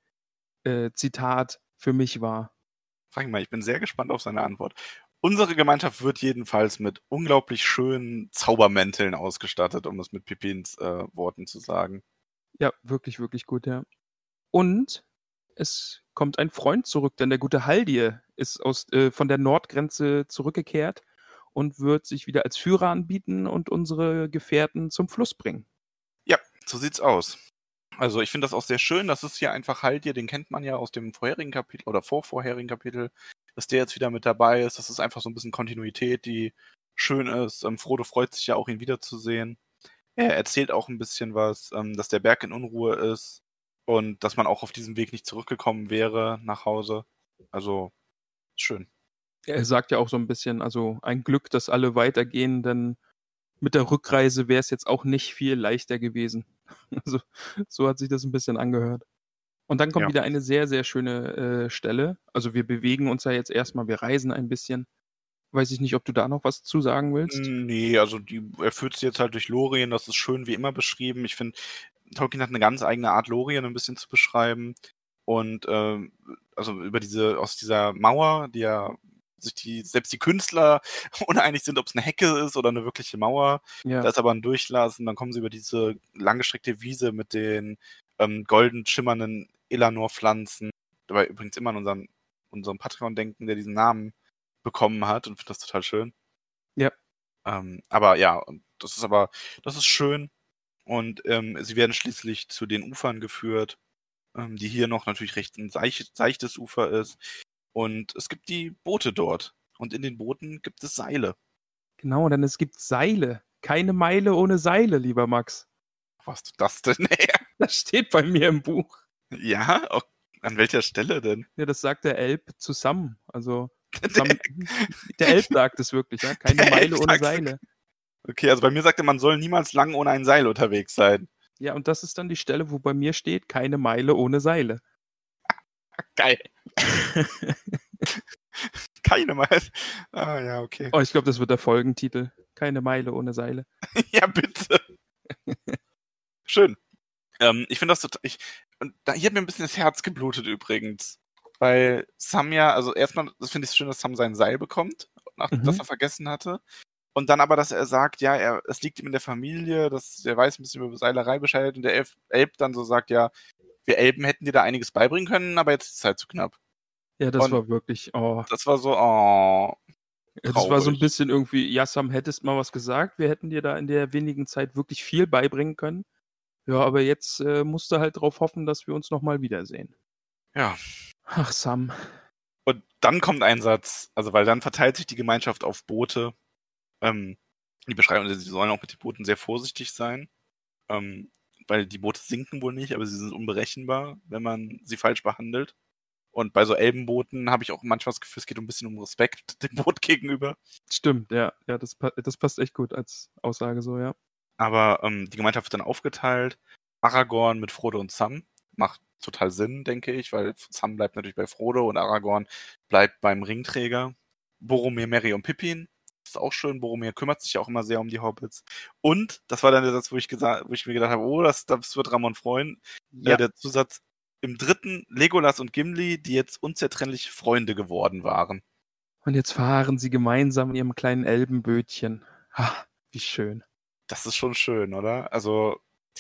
Zitat für mich war. Frag ihn mal, ich bin sehr gespannt auf seine Antwort. Unsere Gemeinschaft wird jedenfalls mit unglaublich schönen Zaubermänteln ausgestattet, um es mit Pippins Worten zu sagen. Ja, wirklich, wirklich gut, ja. Und es kommt ein Freund zurück, denn der gute Haldir ist von der Nordgrenze zurückgekehrt und wird sich wieder als Führer anbieten und unsere Gefährten zum Fluss bringen. Ja, so sieht's aus. Also ich finde das auch sehr schön, das ist hier einfach Haldir, den kennt man ja aus dem vorherigen Kapitel oder vorherigen Kapitel, dass der jetzt wieder mit dabei ist. Das ist einfach so ein bisschen Kontinuität, die schön ist. Frodo freut sich ja auch, ihn wiederzusehen. Er erzählt auch ein bisschen was, dass der Berg in Unruhe ist und dass man auch auf diesem Weg nicht zurückgekommen wäre nach Hause. Also schön. Er sagt ja auch so ein bisschen, also ein Glück, dass alle weitergehen, denn mit der Rückreise wäre es jetzt auch nicht viel leichter gewesen. Also so hat sich das ein bisschen angehört. Und dann kommt wieder eine sehr, sehr schöne Stelle. Also wir bewegen uns ja jetzt erstmal, wir reisen ein bisschen. Weiß ich nicht, ob du da noch was zu sagen willst? Nee, also er führt sie jetzt halt durch Lorien, das ist schön wie immer beschrieben. Ich finde, Tolkien hat eine ganz eigene Art, Lorien ein bisschen zu beschreiben. Und also aus dieser Mauer, die ja selbst die Künstler uneinig sind, ob es eine Hecke ist oder eine wirkliche Mauer. Ja. Da ist aber ein Durchlass und dann kommen sie über diese langgestreckte Wiese mit den golden schimmernden Elanor-Pflanzen. Dabei übrigens immer an unserem Patreon denken, der diesen Namen bekommen hat und finde das total schön. Ja. Aber ja, das ist schön. Und sie werden schließlich zu den Ufern geführt, die hier noch natürlich recht ein seichtes Ufer ist. Und es gibt die Boote dort. Und in den Booten gibt es Seile. Genau, denn es gibt Seile. Keine Meile ohne Seile, lieber Max. Wo hast du das denn her? Das steht bei mir im Buch. Ja? An welcher Stelle denn? Ja, das sagt der Elb zu Sam. Also, der Elb sagt es wirklich, ja? Keine Meile ohne Seile. Okay, also bei mir sagt er, man soll niemals lang ohne ein Seil unterwegs sein. Ja, und das ist dann die Stelle, wo bei mir steht, keine Meile ohne Seile. Geil. Keine Meile. Ah, ja, okay. Oh, ich glaube, das wird der Folgentitel. Keine Meile ohne Seile. Ja, bitte. Schön. Ich finde das total. Hier hat mir ein bisschen das Herz geblutet übrigens. Weil Sam ja, also erstmal, das finde ich schön, dass Sam sein Seil bekommt, das er vergessen hatte. Und dann aber, dass er sagt, ja, es liegt ihm in der Familie, der weiß ein bisschen über Seilerei Bescheid und der Elb dann so sagt, ja, wir Elben hätten dir da einiges beibringen können, aber jetzt ist es halt zu knapp. Ja, das war wirklich, Das war so, ja, das war so ein bisschen irgendwie, ja, Sam, hättest mal was gesagt, wir hätten dir da in der wenigen Zeit wirklich viel beibringen können. Ja, aber jetzt musst du halt drauf hoffen, dass wir uns nochmal wiedersehen. Ja. Ach, Sam. Und dann kommt ein Satz, also weil dann verteilt sich die Gemeinschaft auf Boote. Die Beschreibung, sie sollen auch mit den Booten sehr vorsichtig sein, weil die Boote sinken wohl nicht, aber sie sind unberechenbar, wenn man sie falsch behandelt. Und bei so Elbenbooten habe ich auch manchmal das Gefühl, es geht ein bisschen um Respekt dem Boot gegenüber. Stimmt, ja, das passt echt gut als Aussage so, ja. Aber die Gemeinschaft wird dann aufgeteilt. Aragorn mit Frodo und Sam. Macht total Sinn, denke ich, weil Sam bleibt natürlich bei Frodo und Aragorn bleibt beim Ringträger. Boromir, Merry und Pippin. Das ist auch schön. Boromir kümmert sich auch immer sehr um die Hobbits. Und, das war dann der Satz, wo ich mir gedacht habe, oh, das wird Ramon freuen. Ja. Der Zusatz, im dritten Legolas und Gimli, die jetzt unzertrennliche Freunde geworden waren. Und jetzt fahren sie gemeinsam in ihrem kleinen Elbenbötchen. Ha, wie schön. Das ist schon schön, oder? Also,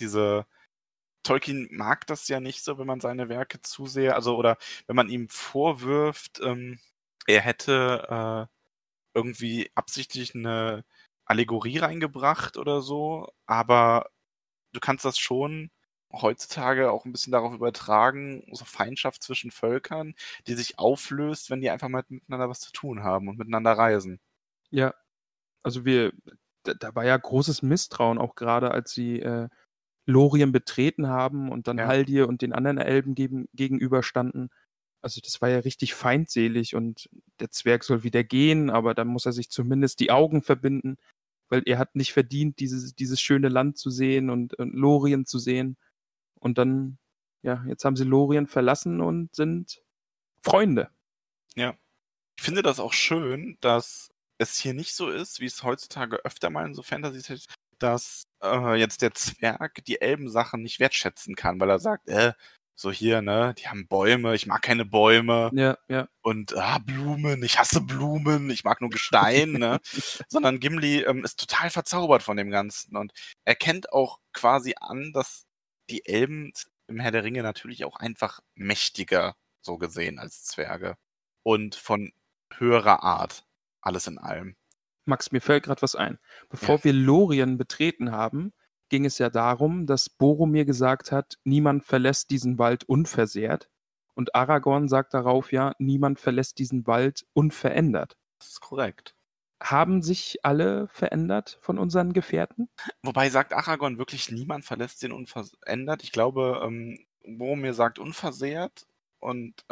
Tolkien mag das ja nicht so, wenn man seine Werke zu sehr, also, oder wenn man ihm vorwirft, er hätte irgendwie absichtlich eine Allegorie reingebracht oder so, aber du kannst das schon heutzutage auch ein bisschen darauf übertragen, so Feindschaft zwischen Völkern, die sich auflöst, wenn die einfach mal miteinander was zu tun haben und miteinander reisen. Ja, also da war ja großes Misstrauen, auch gerade als sie Lorien betreten haben und dann Haldir und den anderen Elben gegenüberstanden. Also das war ja richtig feindselig und der Zwerg soll wieder gehen, aber dann muss er sich zumindest die Augen verbinden, weil er hat nicht verdient, dieses schöne Land zu sehen und Lorien zu sehen. Und dann, ja, jetzt haben sie Lorien verlassen und sind Freunde. Ja. Ich finde das auch schön, dass es hier nicht so ist, wie es heutzutage öfter mal in so Fantasys ist, dass jetzt der Zwerg die Elbensachen nicht wertschätzen kann, weil er sagt, so hier, ne, die haben Bäume, ich mag keine Bäume. Ja. Und Blumen, ich hasse Blumen, ich mag nur Gestein, ne? Sondern Gimli ist total verzaubert von dem Ganzen und erkennt auch quasi an, dass die Elben im Herr der Ringe natürlich auch einfach mächtiger, so gesehen, als Zwerge. Und von höherer Art, alles in allem. Max, mir fällt gerade was ein. Bevor wir Lorien betreten haben, ging es ja darum, dass Boromir gesagt hat, niemand verlässt diesen Wald unversehrt. Und Aragorn sagt darauf ja, niemand verlässt diesen Wald unverändert. Das ist korrekt. Haben sich alle verändert von unseren Gefährten? Wobei sagt Aragorn wirklich, niemand verlässt den unverändert. Ich glaube, Boromir sagt unversehrt und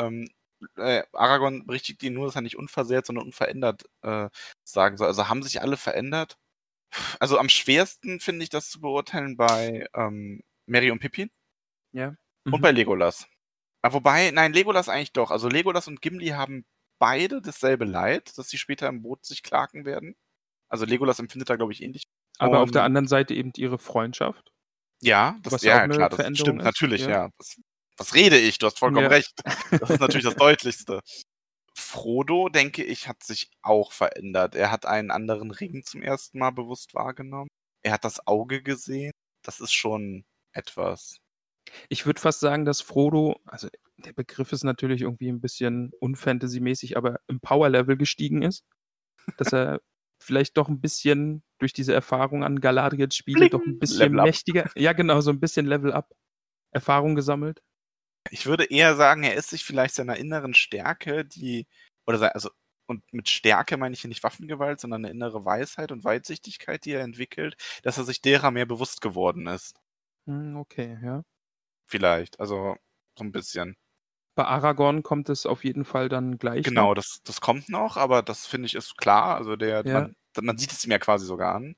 Aragorn berichtigt ihn nur, dass er nicht unversehrt, sondern unverändert sagen soll. Also haben sich alle verändert? Also am schwersten finde ich das zu beurteilen bei Merry und Pippin. Ja. Und bei Legolas. Wobei, nein, Legolas eigentlich doch. Also Legolas und Gimli haben beide dasselbe Leid, dass sie später im Boot sich klagen werden. Also Legolas empfindet da, glaube ich, ähnlich. Aber auf der anderen Seite eben ihre Freundschaft. Ja, was ja auch eine klar, das Veränderung stimmt ist. natürlich, Ja. ja. Was rede ich? Du hast vollkommen Ja. recht. Das ist natürlich das Deutlichste. Frodo, denke ich, hat sich auch verändert. Er hat einen anderen Ring zum ersten Mal bewusst wahrgenommen. Er hat das Auge gesehen. Das ist schon etwas. Ich würde fast sagen, dass Frodo, also der Begriff ist natürlich irgendwie ein bisschen unfantasymäßig, aber im Power-Level gestiegen ist. Dass er vielleicht doch ein bisschen durch diese Erfahrung an Galadriels Spiele doch ein bisschen Level up. mächtiger, ja genau, so ein bisschen Level up Erfahrung gesammelt. Ich würde eher sagen, er ist sich vielleicht seiner inneren Stärke, und mit Stärke meine ich hier nicht Waffengewalt, sondern eine innere Weisheit und Weitsichtigkeit, die er entwickelt, dass er sich derer mehr bewusst geworden ist. Okay, ja. Vielleicht, also so ein bisschen. Bei Aragorn kommt es auf jeden Fall dann gleich Genau, noch. das kommt noch, aber das finde ich ist klar. Also Ja. man sieht es ihm ja quasi sogar an.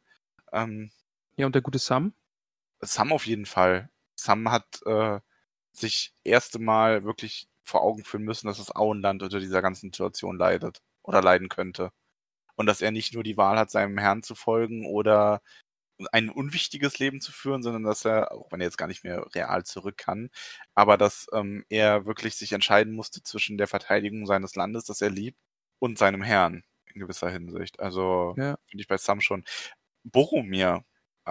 Ja, und der gute Sam? Sam auf jeden Fall. Sam hat sich erste Mal wirklich vor Augen führen müssen, dass das Auenland unter dieser ganzen Situation leidet oder leiden könnte. Und dass er nicht nur die Wahl hat, seinem Herrn zu folgen oder ein unwichtiges Leben zu führen, sondern dass er, auch wenn er jetzt gar nicht mehr real zurück kann, aber dass er wirklich sich entscheiden musste zwischen der Verteidigung seines Landes, das er liebt, und seinem Herrn in gewisser Hinsicht. Also Ja. finde ich bei Sam schon. Boromir,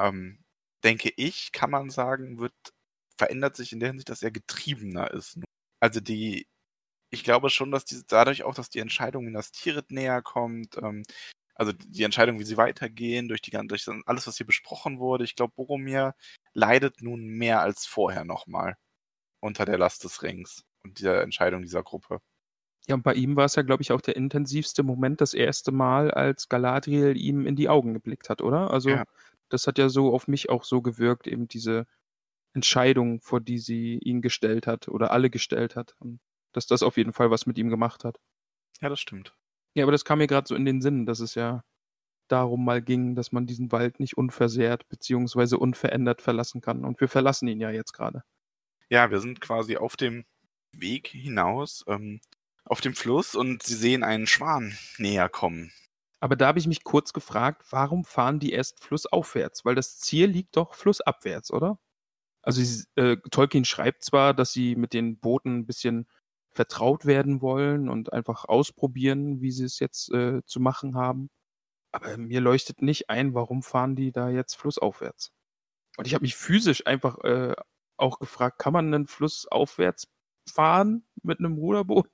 denke ich, kann man sagen, verändert sich in der Hinsicht, dass er getriebener ist. Also ich glaube schon, dass dadurch auch, dass die Entscheidung in das Tirith näher kommt, also die Entscheidung, wie sie weitergehen, durch alles, was hier besprochen wurde, ich glaube, Boromir leidet nun mehr als vorher nochmal unter der Last des Rings und dieser Entscheidung dieser Gruppe. Ja, und bei ihm war es ja, glaube ich, auch der intensivste Moment, das erste Mal, als Galadriel ihm in die Augen geblickt hat, oder? Also Ja. das hat ja so auf mich auch so gewirkt, eben diese Entscheidung, vor die sie ihn gestellt hat oder alle gestellt hat. Und dass das auf jeden Fall was mit ihm gemacht hat. Ja, das stimmt. Ja, aber das kam mir gerade so in den Sinn, dass es ja darum mal ging, dass man diesen Wald nicht unversehrt beziehungsweise unverändert verlassen kann. Und wir verlassen ihn ja jetzt gerade. Ja, wir sind quasi auf dem Weg hinaus, auf dem Fluss und sie sehen einen Schwan näher kommen. Aber da habe ich mich kurz gefragt, warum fahren die erst flussaufwärts? Weil das Ziel liegt doch flussabwärts, oder? Also Tolkien schreibt zwar, dass sie mit den Booten ein bisschen vertraut werden wollen und einfach ausprobieren, wie sie es jetzt zu machen haben. Aber mir leuchtet nicht ein, warum fahren die da jetzt flussaufwärts? Und ich habe mich physisch einfach auch gefragt, kann man einen Fluss aufwärts fahren mit einem Ruderboot?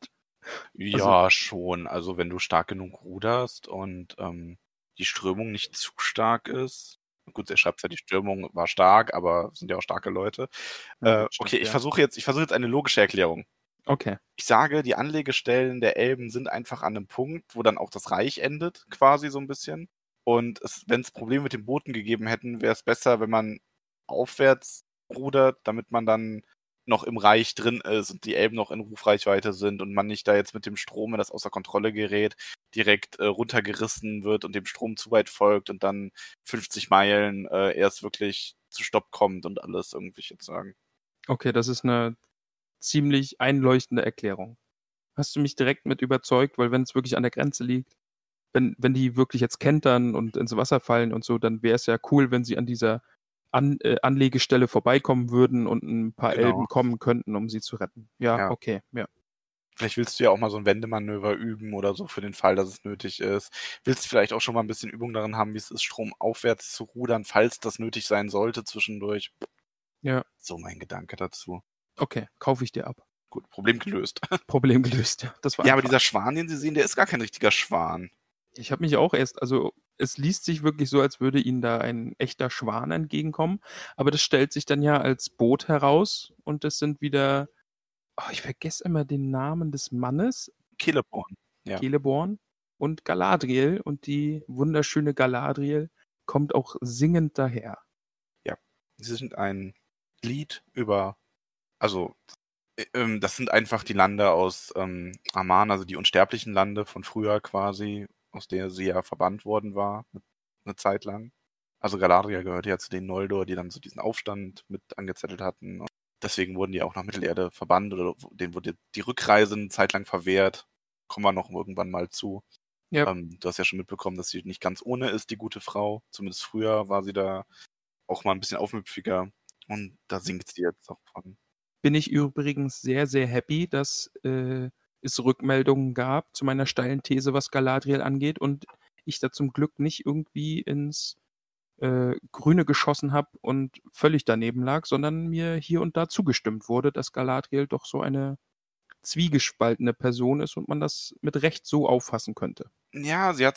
Ja, schon. Also wenn du stark genug ruderst und die Strömung nicht zu stark ist. Gut, er schreibt ja, die Strömung war stark, aber sind ja auch starke Leute. Ja, stimmt, okay, ich ja. versuche jetzt eine logische Erklärung. Okay. Ich sage, die Anlegestellen der Elben sind einfach an einem Punkt, wo dann auch das Reich endet, quasi so ein bisschen. Und wenn es Probleme mit den Booten gegeben hätten, wäre es besser, wenn man aufwärts rudert, damit man dann noch im Reich drin ist und die Elben noch in Rufreichweite sind und man nicht da jetzt mit dem Strom, wenn das außer Kontrolle gerät, direkt runtergerissen wird und dem Strom zu weit folgt und dann 50 Meilen erst wirklich zu Stopp kommt und alles irgendwie jetzt sagen. Okay, das ist eine ziemlich einleuchtende Erklärung. Hast du mich direkt mit überzeugt, weil wenn es wirklich an der Grenze liegt, wenn die wirklich jetzt kentern und ins Wasser fallen und so, dann wäre es ja cool, wenn sie an dieser Anlegestelle vorbeikommen würden und ein paar Genau. Elben kommen könnten, um sie zu retten. Ja, Ja. okay, ja. Vielleicht willst du ja auch mal so ein Wendemanöver üben oder so für den Fall, dass es nötig ist. Willst vielleicht auch schon mal ein bisschen Übung darin haben, wie es ist, stromaufwärts zu rudern, falls das nötig sein sollte zwischendurch. Ja. So mein Gedanke dazu. Okay, kaufe ich dir ab. Gut, Problem gelöst. Problem gelöst, ja. Das war Ja, aber einfach. dieser Schwan, den Sie sehen, der ist gar kein richtiger Schwan. Ich habe mich auch also es liest sich wirklich so, als würde ihnen da ein echter Schwan entgegenkommen, aber das stellt sich dann ja als Boot heraus und es sind wieder, ich vergesse immer den Namen des Mannes, Celeborn. Ja. Celeborn und Galadriel, und die wunderschöne Galadriel kommt auch singend daher. Ja, sie sind ein Lied über, also das sind einfach die Lande aus Aman, also die unsterblichen Lande von früher quasi, aus der sie ja verbannt worden war, eine Zeit lang. Also Galadriel gehörte ja zu den Noldor, die dann so diesen Aufstand mit angezettelt hatten. Und deswegen wurden die auch nach Mittelerde verbannt oder denen wurde die Rückreise eine Zeit lang verwehrt. kommen wir noch irgendwann mal zu. Ja. Du hast ja schon mitbekommen, dass sie nicht ganz ohne ist, die gute Frau. Zumindest früher war sie da auch mal ein bisschen aufmüpfiger. Und da singt sie jetzt auch von. Bin ich übrigens sehr, sehr happy, dass es Rückmeldungen gab zu meiner steilen These, was Galadriel angeht und ich da zum Glück nicht irgendwie ins Grüne geschossen habe und völlig daneben lag, sondern mir hier und da zugestimmt wurde, dass Galadriel doch so eine zwiegespaltene Person ist und man das mit Recht so auffassen könnte. Ja, sie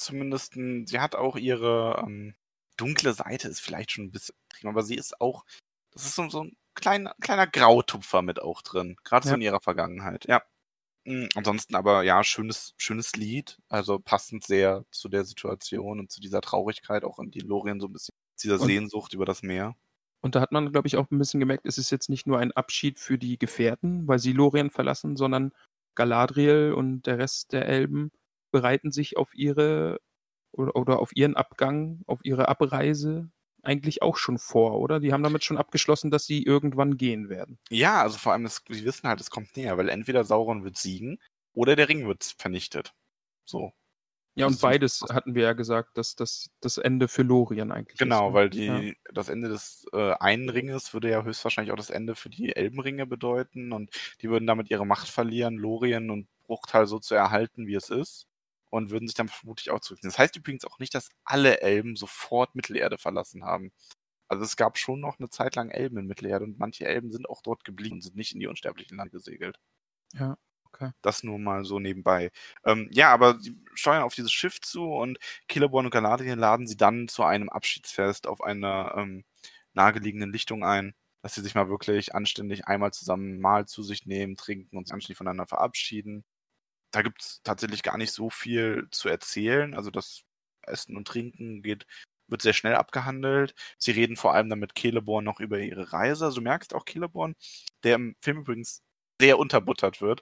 hat auch ihre dunkle Seite, ist vielleicht schon ein bisschen, aber sie ist auch, das ist so ein kleiner Grautupfer mit auch drin, gerade so Ja. in ihrer Vergangenheit, ja. Ansonsten aber, ja, schönes Lied, also passend sehr zu der Situation und zu dieser Traurigkeit, auch in die Lorien so ein bisschen, dieser Und- Sehnsucht über das Meer. Und da hat man, glaube ich, auch ein bisschen gemerkt, es ist jetzt nicht nur ein Abschied für die Gefährten, weil sie Lorien verlassen, sondern Galadriel und der Rest der Elben bereiten sich auf ihre oder auf ihren Abgang, auf ihre Abreise eigentlich auch schon vor, oder? Die haben damit schon abgeschlossen, dass sie irgendwann gehen werden. Ja, also vor allem, sie wissen halt, es kommt näher, weil entweder Sauron wird siegen oder der Ring wird vernichtet. So. Ja, und Also zum- beides hatten wir ja gesagt, dass das Ende für Lorien eigentlich Genau, ist. weil Ja. das Ende des einen Ringes würde ja höchstwahrscheinlich auch das Ende für die Elbenringe bedeuten und die würden damit ihre Macht verlieren, Lorien und Bruchtal so zu erhalten, wie es ist und würden sich dann vermutlich auch zurückziehen. Das heißt übrigens auch nicht, dass alle Elben sofort Mittelerde verlassen haben. Also es gab schon noch eine Zeit lang Elben in Mittelerde und manche Elben sind auch dort geblieben und sind nicht in die unsterblichen Lande gesegelt. Ja, okay. Das nur mal so nebenbei. Ja, aber sie steuern auf dieses Schiff zu und Celeborn und Galadriel laden sie dann zu einem Abschiedsfest auf einer nahegelegenen Lichtung ein, dass sie sich mal wirklich anständig einmal zusammen Mahl zu sich nehmen, trinken und sich anständig voneinander verabschieden. Da gibt es tatsächlich gar nicht so viel zu erzählen. Also das Essen und Trinken wird sehr schnell abgehandelt. Sie reden vor allem dann mit Celeborn noch über ihre Reise. Also du merkst auch Celeborn, der im Film übrigens sehr unterbuttert wird,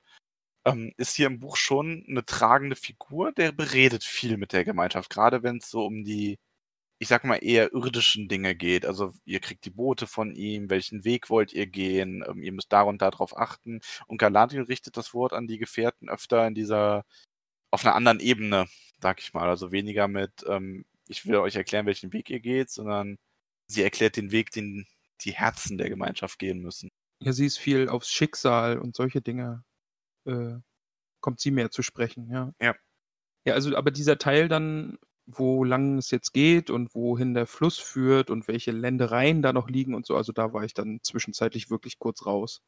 ist hier im Buch schon eine tragende Figur, der beredet viel mit der Gemeinschaft, gerade wenn es so um die, ich sag mal, eher irdischen Dinge geht. Also ihr kriegt die Boote von ihm, welchen Weg wollt ihr gehen, ihr müsst da und darauf achten. Und Galadriel richtet das Wort an die Gefährten öfter auf einer anderen Ebene, sag ich mal. Also weniger mit, ich will euch erklären, welchen Weg ihr geht, sondern sie erklärt den Weg, den die Herzen der Gemeinschaft gehen müssen. Ja, sie ist viel aufs Schicksal und solche Dinge kommt sie mehr zu sprechen, ja. Ja. Ja, also aber dieser Teil dann, wo lang es jetzt geht und wohin der Fluss führt und welche Ländereien da noch liegen und so, also da war ich dann zwischenzeitlich wirklich kurz raus.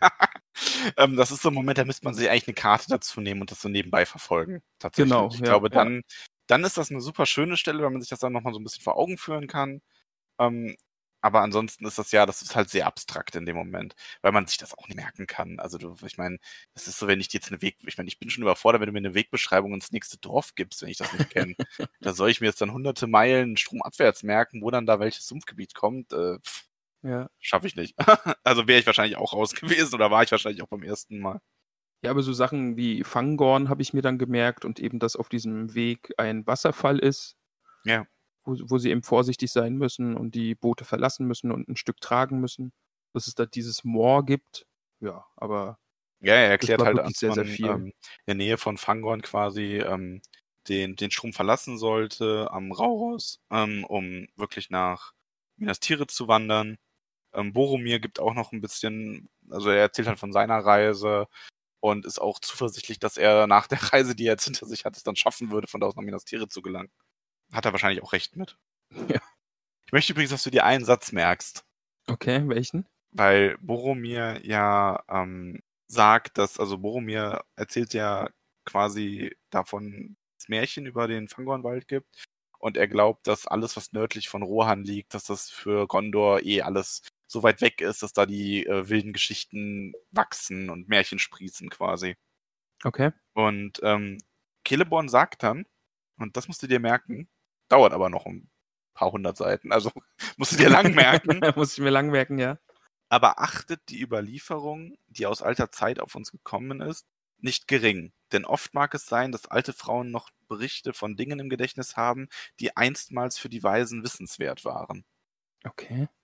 Das ist so ein Moment, da müsste man sich eigentlich eine Karte dazu nehmen und das so nebenbei verfolgen. Tatsächlich. Genau, Ich ja, glaube, ja. dann ist das eine super schöne Stelle, weil man sich das dann nochmal so ein bisschen vor Augen führen kann. Aber ansonsten ist das ist halt sehr abstrakt in dem Moment, weil man sich das auch nicht merken kann. Also ich meine, das ist so, wenn ich dir jetzt ich bin schon überfordert, wenn du mir eine Wegbeschreibung ins nächste Dorf gibst, wenn ich das nicht kenne. Da soll ich mir jetzt dann hunderte Meilen stromabwärts merken, wo dann da welches Sumpfgebiet kommt. Ja. Schaffe ich nicht. Also wäre ich wahrscheinlich auch raus gewesen oder war ich wahrscheinlich auch beim ersten Mal. Ja, aber so Sachen wie Fangorn habe ich mir dann gemerkt und eben, dass auf diesem Weg ein Wasserfall ist. Ja. Wo sie eben vorsichtig sein müssen und die Boote verlassen müssen und ein Stück tragen müssen. Dass es da dieses Moor gibt. Ja, aber Ja, er erklärt war halt, wirklich dass sehr, sehr man viel. in der Nähe von Fangorn quasi den Strom verlassen sollte am Rauros, um wirklich nach Minas Tirith zu wandern. Boromir gibt auch noch ein bisschen, also er erzählt halt von seiner Reise und ist auch zuversichtlich, dass er nach der Reise, die er jetzt hinter sich hat, es dann schaffen würde, von da aus nach Minas Tirith zu gelangen. Hat er wahrscheinlich auch recht mit. Ja. Ich möchte übrigens, dass du dir einen Satz merkst. Okay, welchen? Weil Boromir ja sagt, also Boromir erzählt ja quasi davon, das Märchen über den Fangornwald gibt und er glaubt, dass alles, was nördlich von Rohan liegt, dass das für Gondor alles so weit weg ist, dass da die wilden Geschichten wachsen und Märchen sprießen quasi. Okay. Und Celeborn sagt dann, und das musst du dir merken, dauert aber noch ein paar hundert Seiten, also musst du dir lang merken. Muss ich mir lang merken, ja. Aber achtet die Überlieferung, die aus alter Zeit auf uns gekommen ist, nicht gering. Denn oft mag es sein, dass alte Frauen noch Berichte von Dingen im Gedächtnis haben, die einstmals für die Weisen wissenswert waren. Okay.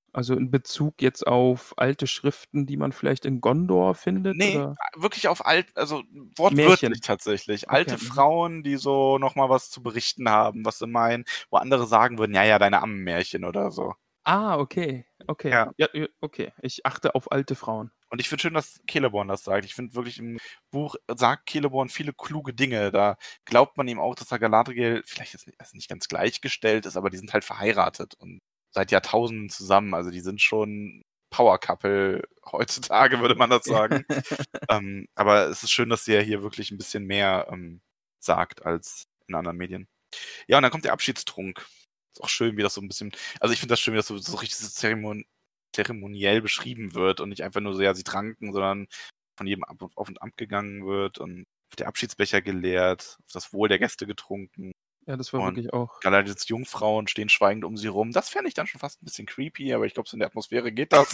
Also in Bezug jetzt auf alte Schriften, die man vielleicht in Gondor findet? Nee, Oder? wirklich auf also wortwörtlich Märchen. tatsächlich. Okay. Alte Frauen, die so nochmal was zu berichten haben, was sie meinen, wo andere sagen würden, ja, deine Ammenmärchen oder so. Okay. Ja. Ja, okay. Ich achte auf alte Frauen. Und ich finde schön, dass Celeborn das sagt. Ich finde wirklich, im Buch sagt Celeborn viele kluge Dinge. Da glaubt man ihm auch, dass er Galadriel vielleicht jetzt nicht ganz gleichgestellt ist, aber die sind halt verheiratet und seit Jahrtausenden zusammen. Also die sind schon Power Couple heutzutage, würde man das sagen. Aber es ist schön, dass sie ja hier wirklich ein bisschen mehr sagt als in anderen Medien. Ja, und dann kommt der Abschiedstrunk. Ist auch schön, wie das so ein bisschen, also ich finde das schön, wie das so richtig zeremoniell beschrieben wird und nicht einfach nur so, ja, sie tranken, sondern von jedem auf und ab gegangen wird und der Abschiedsbecher geleert, auf das Wohl der Gäste getrunken. Ja, das war Und wirklich auch. Galadriels Jungfrauen stehen schweigend um sie rum. Das fände ich dann schon fast ein bisschen creepy, aber ich glaube, so in der Atmosphäre geht das.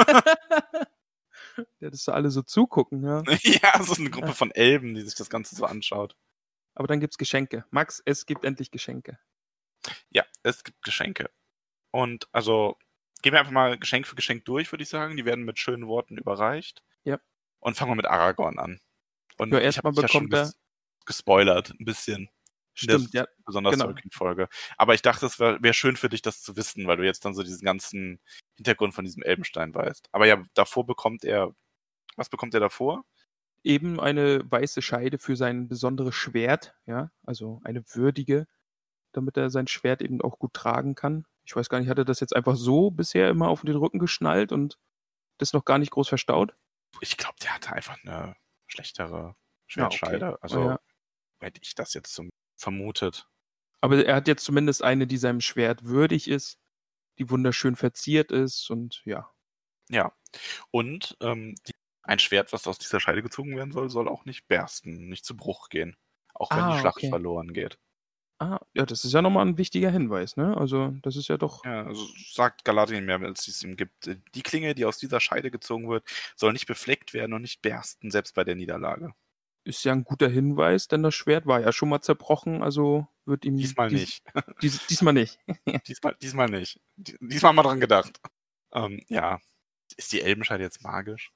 Ja, dass da alle so zugucken, ja. Ja, so eine Gruppe von Elben, die sich das Ganze so anschaut. Aber dann gibt's Geschenke. Max, es gibt endlich Geschenke. Ja, es gibt Geschenke. Und also gehen wir einfach mal Geschenk für Geschenk durch, würde ich sagen. Die werden mit schönen Worten überreicht. Ja. Und fangen wir mit Aragorn an. Und Ja, ich erstmal habe ja schon bekommt er. gespoilert, ein bisschen. Stimmt, ja. Besonders Genau. Tolkien-Folge. Aber ich dachte, es wär schön für dich, das zu wissen, weil du jetzt dann so diesen ganzen Hintergrund von diesem Elbenstein weißt. Aber ja, was bekommt er davor? Eben eine weiße Scheide für sein besonderes Schwert, ja, also eine würdige, damit er sein Schwert eben auch gut tragen kann. Ich weiß gar nicht, hat er das jetzt einfach so bisher immer auf den Rücken geschnallt und das noch gar nicht groß verstaut? Ich glaube, der hatte einfach eine schlechtere Ja, okay. Schwertscheide. Also Ja. hätte ich das jetzt so vermutet. Aber er hat jetzt zumindest eine, die seinem Schwert würdig ist, die wunderschön verziert ist und ja. Ja. Und ein Schwert, was aus dieser Scheide gezogen werden soll, soll auch nicht bersten, nicht zu Bruch gehen. Auch wenn die Schlacht Okay. verloren geht. Ja, das ist ja nochmal ein wichtiger Hinweis, ne? Also, das ist ja doch. Ja, also sagt Galadriel mehr, als es ihm gibt. Die Klinge, die aus dieser Scheide gezogen wird, soll nicht befleckt werden und nicht bersten, selbst bei der Niederlage. Ist ja ein guter Hinweis, denn das Schwert war ja schon mal zerbrochen, also wird ihm Diesmal nicht. diesmal nicht. Diesmal nicht. Diesmal haben wir dran gedacht. Ja. Ist die Elbenscheide jetzt magisch?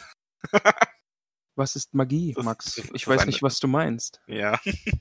Was ist Magie, Max? Ich weiß nicht, was du meinst. Ja.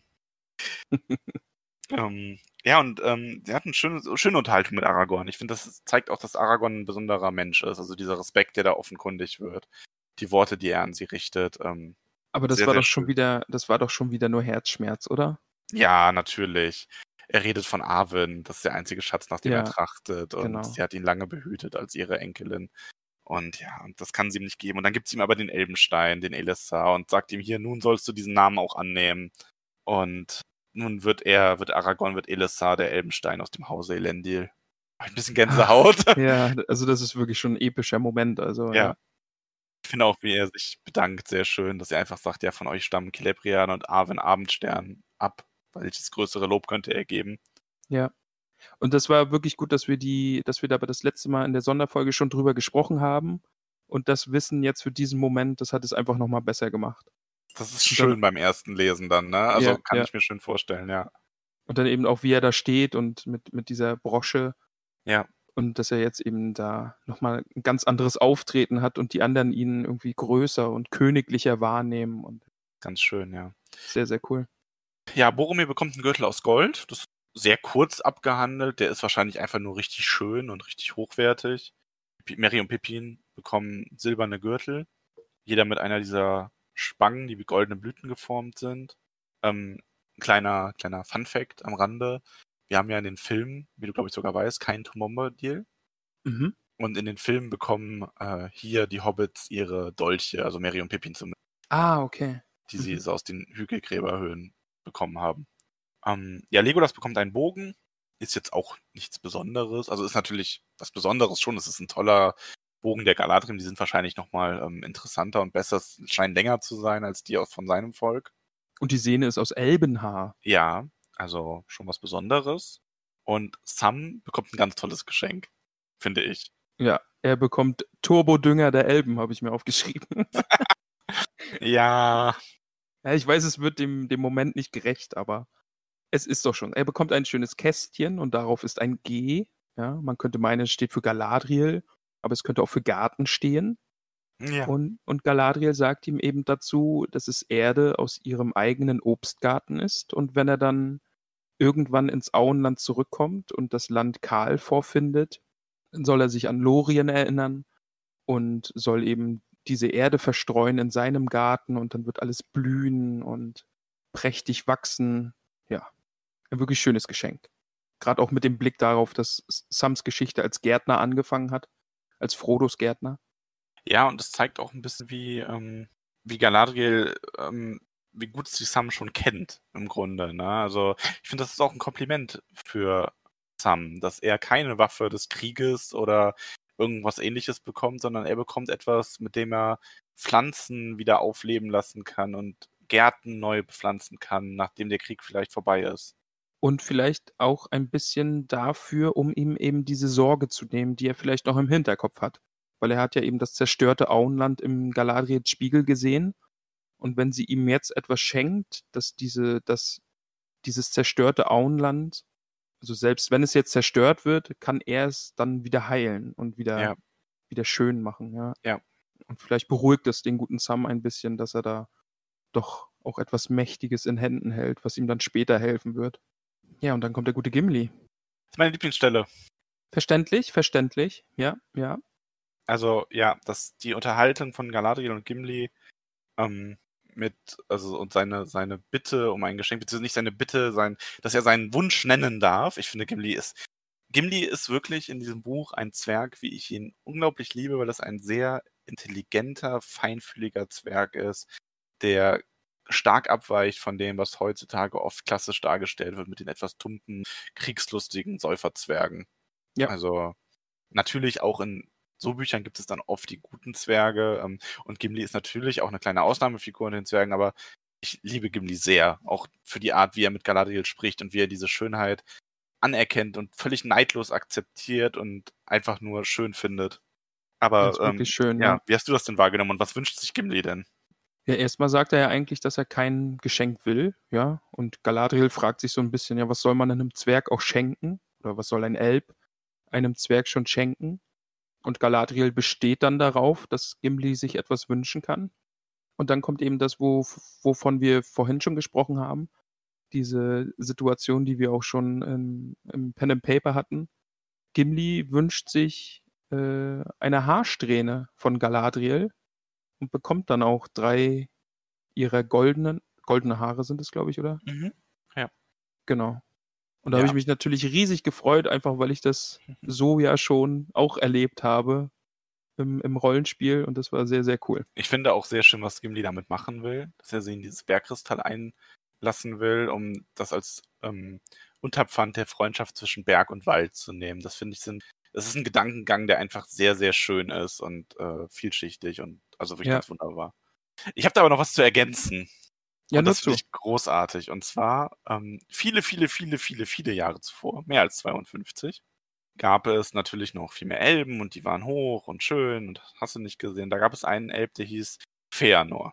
Ja, und sie hat eine schöne Unterhaltung mit Aragorn. Ich finde, das zeigt auch, dass Aragorn ein besonderer Mensch ist. Also dieser Respekt, der da offenkundig wird. Die Worte, die er an sie richtet. Aber das sehr, war sehr doch schon schön. wieder nur Herzschmerz, oder? Ja, natürlich. Er redet von Arwen, das ist der einzige Schatz, nach dem er Ja, trachtet. Und genau. sie hat ihn lange behütet als ihre Enkelin. Und ja, und das kann sie ihm nicht geben. Und dann gibt sie ihm aber den Elbenstein, den Elessar, und sagt ihm hier, nun sollst du diesen Namen auch annehmen. Und nun wird Aragorn, Elessar, der Elbenstein aus dem Hause Elendil. Ein bisschen Gänsehaut. Ja, also das ist wirklich schon ein epischer Moment. Also, Ja. Ich finde auch, wie er sich bedankt, sehr schön, dass er einfach sagt, ja, von euch stammen Celebrian und Arwen Abendstern ab. Welches größere Lob könnte er geben? Ja. Und das war wirklich gut, dass wir da aber das letzte Mal in der Sonderfolge schon drüber gesprochen haben. Und das Wissen jetzt für diesen Moment, das hat es einfach nochmal besser gemacht. Das ist schön beim ersten Lesen dann, ne? Also Ja, kann ja. ich mir schön vorstellen, ja. Und dann eben auch, wie er da steht und mit dieser Brosche. Ja. Und dass er jetzt eben da nochmal ein ganz anderes Auftreten hat und die anderen ihn irgendwie größer und königlicher wahrnehmen. Und Ganz schön, ja. sehr, sehr cool. Ja, Boromir bekommt einen Gürtel aus Gold. Das ist sehr kurz abgehandelt. Der ist wahrscheinlich einfach nur richtig schön und richtig hochwertig. Merry und Pippin bekommen silberne Gürtel. Jeder mit einer dieser Spangen, die wie goldene Blüten geformt sind. Kleiner Fun-Fact am Rande. Wir haben ja in den Filmen, wie du glaube ich sogar weißt, keinen Tom Bombadil. Mhm. Und in den Filmen bekommen hier die Hobbits ihre Dolche, also Merry und Pippin zumindest, Okay. die sie so aus den Hügelgräberhöhlen bekommen haben. Ja, Legolas bekommt einen Bogen. Ist jetzt auch nichts Besonderes. Also ist natürlich was Besonderes schon. Es ist ein toller Bogen der Galadrim. Die sind wahrscheinlich nochmal interessanter und besser. Es scheinen länger zu sein als die von seinem Volk. Und die Sehne ist aus Elbenhaar. Ja, also schon was Besonderes. Und Sam bekommt ein ganz tolles Geschenk, finde ich. Ja, er bekommt Turbodünger der Elben, habe ich mir aufgeschrieben. Ja. Ja, ich weiß, es wird dem Moment nicht gerecht, aber es ist doch schon. Er bekommt ein schönes Kästchen und darauf ist ein G. Ja, man könnte meinen, es steht für Galadriel, aber es könnte auch für Garten stehen. Ja. Und Galadriel sagt ihm eben dazu, dass es Erde aus ihrem eigenen Obstgarten ist. Und wenn er dann irgendwann ins Auenland zurückkommt und das Land kahl vorfindet, dann soll er sich an Lorien erinnern und soll eben diese Erde verstreuen in seinem Garten und dann wird alles blühen und prächtig wachsen. Ja, ein wirklich schönes Geschenk. Gerade auch mit dem Blick darauf, dass Sams Geschichte als Gärtner angefangen hat, als Frodos Gärtner. Ja, und es zeigt auch ein bisschen, wie Galadriel, wie gut sie Sam schon kennt, im Grunde. Ne? Also ich finde, das ist auch ein Kompliment für Sam, dass er keine Waffe des Krieges oder irgendwas Ähnliches bekommt, sondern er bekommt etwas, mit dem er Pflanzen wieder aufleben lassen kann und Gärten neu bepflanzen kann, nachdem der Krieg vielleicht vorbei ist. Und vielleicht auch ein bisschen dafür, um ihm eben diese Sorge zu nehmen, die er vielleicht noch im Hinterkopf hat. Weil er hat ja eben das zerstörte Auenland im Galadriels Spiegel gesehen. Und wenn sie ihm jetzt etwas schenkt, dass dieses zerstörte Auenland, also selbst wenn es jetzt zerstört wird, kann er es dann wieder heilen und wieder schön machen. Ja. Ja. Und vielleicht beruhigt es den guten Sam ein bisschen, dass er da doch auch etwas Mächtiges in Händen hält, was ihm dann später helfen wird. Ja, und dann kommt der gute Gimli. Das ist meine Lieblingsstelle. Verständlich, ja. Also ja, die Unterhaltung von Galadriel und Gimli und seine Bitte um ein Geschenk, beziehungsweise nicht seine Bitte, dass er seinen Wunsch nennen darf. Ich finde, Gimli ist wirklich in diesem Buch ein Zwerg, wie ich ihn unglaublich liebe, weil das ein sehr intelligenter, feinfühliger Zwerg ist, der stark abweicht von dem, was heutzutage oft klassisch dargestellt wird mit den etwas tumpen, kriegslustigen Säuferzwergen. Ja. Also natürlich auch in so Büchern gibt es dann oft die guten Zwerge und Gimli ist natürlich auch eine kleine Ausnahmefigur in den Zwergen, aber ich liebe Gimli sehr, auch für die Art, wie er mit Galadriel spricht und wie er diese Schönheit anerkennt und völlig neidlos akzeptiert und einfach nur schön findet. Aber Das ist wirklich schön, ja, wie hast du das denn wahrgenommen und was wünscht sich Gimli denn? Ja, erstmal sagt er ja eigentlich, dass er kein Geschenk will, ja. Und Galadriel fragt sich so ein bisschen, ja, was soll man einem Zwerg auch schenken? Oder was soll ein Elb einem Zwerg schon schenken? Und Galadriel besteht dann darauf, dass Gimli sich etwas wünschen kann. Und dann kommt eben das, wovon wir vorhin schon gesprochen haben. Diese Situation, die wir auch schon im Pen and Paper hatten. Gimli wünscht sich eine Haarsträhne von Galadriel und bekommt dann auch 3 ihrer goldene Haare sind es, glaube ich, oder? Mhm. Ja. Genau. Und da habe ich mich natürlich riesig gefreut, einfach weil ich das so ja schon auch erlebt habe im Rollenspiel und das war sehr, sehr cool. Ich finde auch sehr schön, was Gimli damit machen will, dass er sie in dieses Bergkristall einlassen will, um das als Unterpfand der Freundschaft zwischen Berg und Wald zu nehmen. Das finde ich das ist ein Gedankengang, der einfach sehr, sehr schön ist und vielschichtig und also wirklich ganz wunderbar. Ich habe da aber noch was zu ergänzen. Ja, und das nur finde ich großartig. Und zwar viele, viele, viele, viele, viele Jahre zuvor, mehr als 52, gab es natürlich noch viel mehr Elben und die waren hoch und schön und hast du nicht gesehen. Da gab es einen Elb, der hieß Feanor.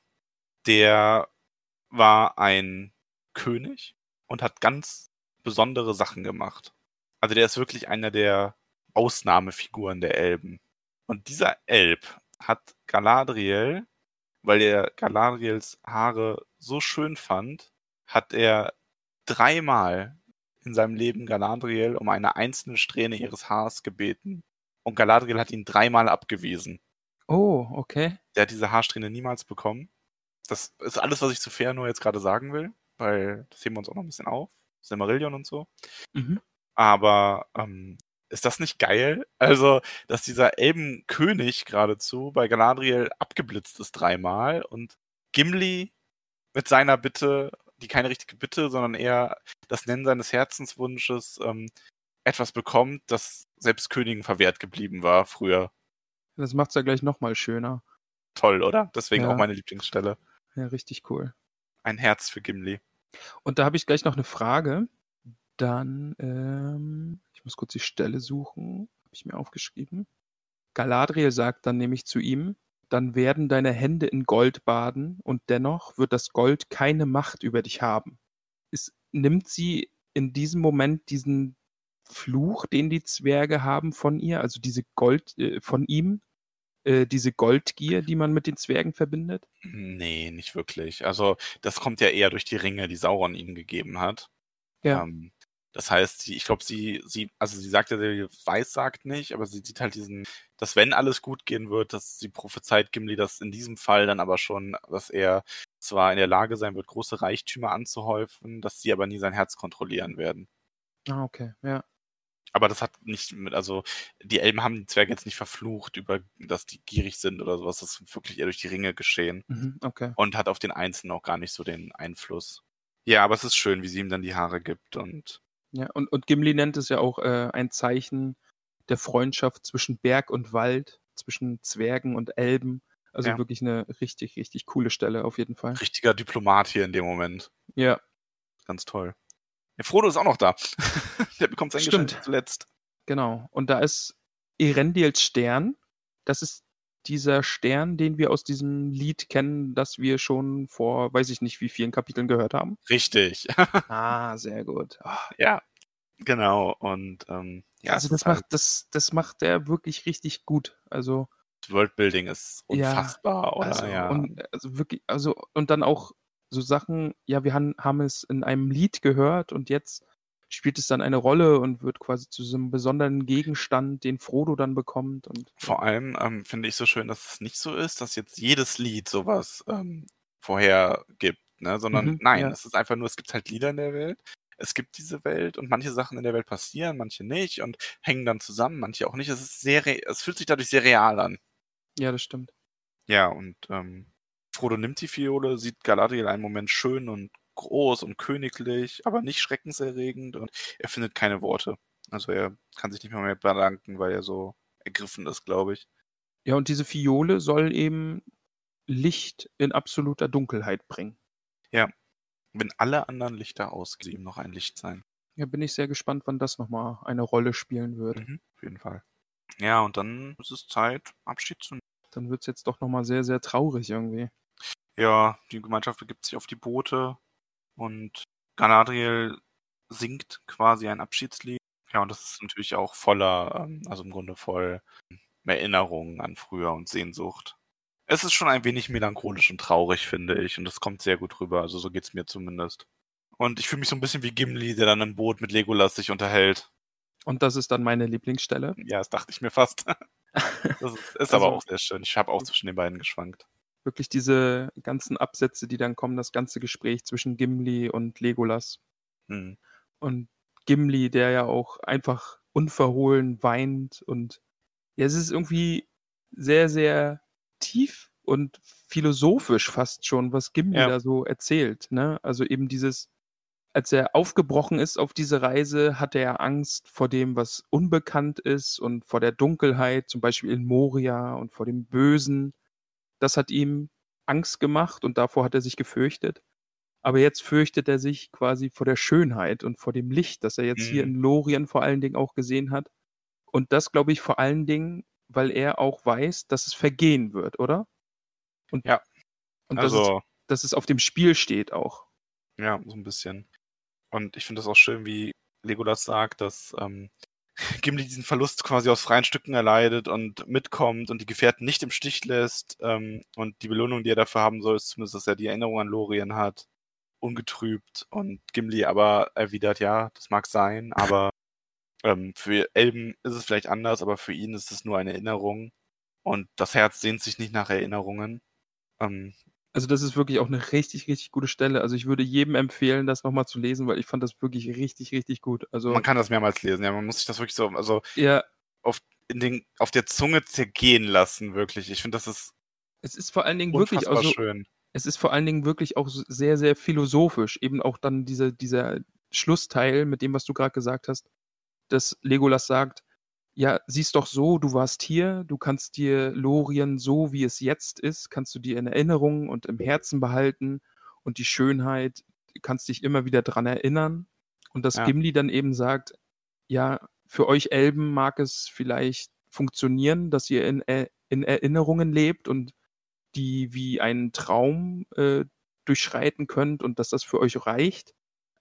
Der war ein König und hat ganz besondere Sachen gemacht. Also der ist wirklich einer der Ausnahmefiguren der Elben. Und dieser Elb hat Galadriel, weil er Galadriels Haare so schön fand, hat er 3-mal in seinem Leben Galadriel um eine einzelne Strähne ihres Haars gebeten. Und Galadriel hat ihn 3-mal abgewiesen. Oh, okay. Der hat diese Haarsträhne niemals bekommen. Das ist alles, was ich zu Feanor jetzt gerade sagen will, weil das heben wir uns auch noch ein bisschen auf. Silmarillion und so. Mhm. Aber ist das nicht geil? Also, dass dieser Elbenkönig geradezu bei Galadriel abgeblitzt ist 3-mal und Gimli mit seiner Bitte, die keine richtige Bitte, sondern eher das Nennen seines Herzenswunsches, etwas bekommt, das selbst Königen verwehrt geblieben war früher. Das macht's ja gleich nochmal schöner. Toll, oder? Deswegen auch meine Lieblingsstelle. Ja, richtig cool. Ein Herz für Gimli. Und da habe ich gleich noch eine Frage. Dann, ich muss kurz die Stelle suchen. Habe ich mir aufgeschrieben. Galadriel sagt dann nämlich zu ihm, dann werden deine Hände in Gold baden und dennoch wird das Gold keine Macht über dich haben. Nimmt sie in diesem Moment diesen Fluch, den die Zwerge haben von ihr, also diese von ihm, diese Goldgier, die man mit den Zwergen verbindet? Nee, nicht wirklich. Also, das kommt ja eher durch die Ringe, die Sauron ihnen gegeben hat. Ja. Das heißt, ich glaube, sie sagt ja, sie weissagt nicht, aber sie sieht halt dass wenn alles gut gehen wird, dass sie prophezeit Gimli, dass in diesem Fall dann aber schon, dass er zwar in der Lage sein wird, große Reichtümer anzuhäufen, dass sie aber nie sein Herz kontrollieren werden. Ah, okay, ja. Aber das hat nicht die Elben haben die Zwerge jetzt nicht verflucht, dass die gierig sind oder sowas. Das ist wirklich eher durch die Ringe geschehen. Okay. Und hat auf den Einzelnen auch gar nicht so den Einfluss. Ja, aber es ist schön, wie sie ihm dann die Haare gibt und. Ja, und Gimli nennt es ja auch ein Zeichen der Freundschaft zwischen Berg und Wald, zwischen Zwergen und Elben. Also Ja. wirklich eine richtig, richtig coole Stelle auf jeden Fall. Richtiger Diplomat hier in dem Moment. Ja. Ganz toll. Ja, Frodo ist auch noch da. Der bekommt sein Geschenk zuletzt. Genau. Und da ist Elendils Stern. Das ist dieser Stern, den wir aus diesem Lied kennen, das wir schon vor, weiß ich nicht, wie vielen Kapiteln gehört haben. Richtig. Ah, sehr gut. Oh. Ja, genau. Und ja, also das macht er wirklich richtig gut. Also Worldbuilding ist unfassbar, oder? Und dann auch so Sachen, ja, wir haben es in einem Lied gehört und jetzt spielt es dann eine Rolle und wird quasi zu so einem besonderen Gegenstand, den Frodo dann bekommt. Und vor allem finde ich so schön, dass es nicht so ist, dass jetzt jedes Lied sowas vorher gibt, ne? Sondern nein, es ist einfach nur, es gibt halt Lieder in der Welt, es gibt diese Welt und manche Sachen in der Welt passieren, manche nicht und hängen dann zusammen, manche auch nicht. Es fühlt sich dadurch sehr real an. Ja, das stimmt. Ja, und Frodo nimmt die Fiole, sieht Galadriel einen Moment schön und groß und königlich, aber nicht schreckenserregend und er findet keine Worte. Also er kann sich nicht mehr bedanken, weil er so ergriffen ist, glaube ich. Ja, und diese Fiole soll eben Licht in absoluter Dunkelheit bringen. Ja, wenn alle anderen Lichter ausgehen, soll ihm noch ein Licht sein. Ja, bin ich sehr gespannt, wann das nochmal eine Rolle spielen wird. Auf jeden Fall. Ja, und dann ist es Zeit, Abschied zu nehmen. Dann wird es jetzt doch nochmal sehr, sehr traurig irgendwie. Ja, die Gemeinschaft begibt sich auf die Boote und Galadriel singt quasi ein Abschiedslied. Ja, und das ist natürlich auch voller, also im Grunde voll Erinnerungen an früher und Sehnsucht. Es ist schon ein wenig melancholisch und traurig, finde ich, und das kommt sehr gut rüber, also so geht's mir zumindest. Und ich fühle mich so ein bisschen wie Gimli, der dann im Boot mit Legolas sich unterhält. Und das ist dann meine Lieblingsstelle? Ja, das dachte ich mir fast. Das ist aber auch sehr schön. Ich habe auch zwischen den beiden geschwankt. Wirklich diese ganzen Absätze, die dann kommen, das ganze Gespräch zwischen Gimli und Legolas. Und Gimli, der ja auch einfach unverhohlen weint und ja, es ist irgendwie sehr, sehr tief und philosophisch fast schon, was Gimli da so erzählt, ne? Also eben als er aufgebrochen ist auf diese Reise, hatte er Angst vor dem, was unbekannt ist und vor der Dunkelheit, zum Beispiel in Moria und vor dem Bösen. Das hat ihm Angst gemacht und davor hat er sich gefürchtet. Aber jetzt fürchtet er sich quasi vor der Schönheit und vor dem Licht, das er jetzt hier in Lorien vor allen Dingen auch gesehen hat. Und das, glaube ich, vor allen Dingen, weil er auch weiß, dass es vergehen wird, oder? Und also, dass es auf dem Spiel steht auch. Ja, so ein bisschen. Und ich finde das auch schön, wie Legolas sagt, dass Gimli diesen Verlust quasi aus freien Stücken erleidet und mitkommt und die Gefährten nicht im Stich lässt. Und die Belohnung, die er dafür haben soll, ist zumindest, dass er die Erinnerung an Lorien hat, ungetrübt. Und Gimli aber erwidert, ja, das mag sein, aber für Elben ist es vielleicht anders, aber für ihn ist es nur eine Erinnerung. Und das Herz sehnt sich nicht nach Erinnerungen. Also das ist wirklich auch eine richtig, richtig gute Stelle. Also ich würde jedem empfehlen, das nochmal zu lesen, weil ich fand das wirklich richtig, richtig gut. Also man kann das mehrmals lesen, ja, man muss sich das wirklich so, ja, auf der Zunge zergehen lassen, wirklich. Ich finde, das ist es ist vor allen Dingen wirklich unfassbar schön. Es ist vor allen Dingen wirklich auch sehr, sehr philosophisch. Eben auch dann dieser Schlussteil mit dem, was du gerade gesagt hast, dass Legolas sagt, ja, siehst doch so, du warst hier, du kannst dir Lorien so, wie es jetzt ist, kannst du dir in Erinnerung und im Herzen behalten und die Schönheit, kannst dich immer wieder dran erinnern. Und dass Gimli dann eben sagt, ja, für euch Elben mag es vielleicht funktionieren, dass ihr in Erinnerungen lebt und die wie einen Traum durchschreiten könnt und dass das für euch reicht.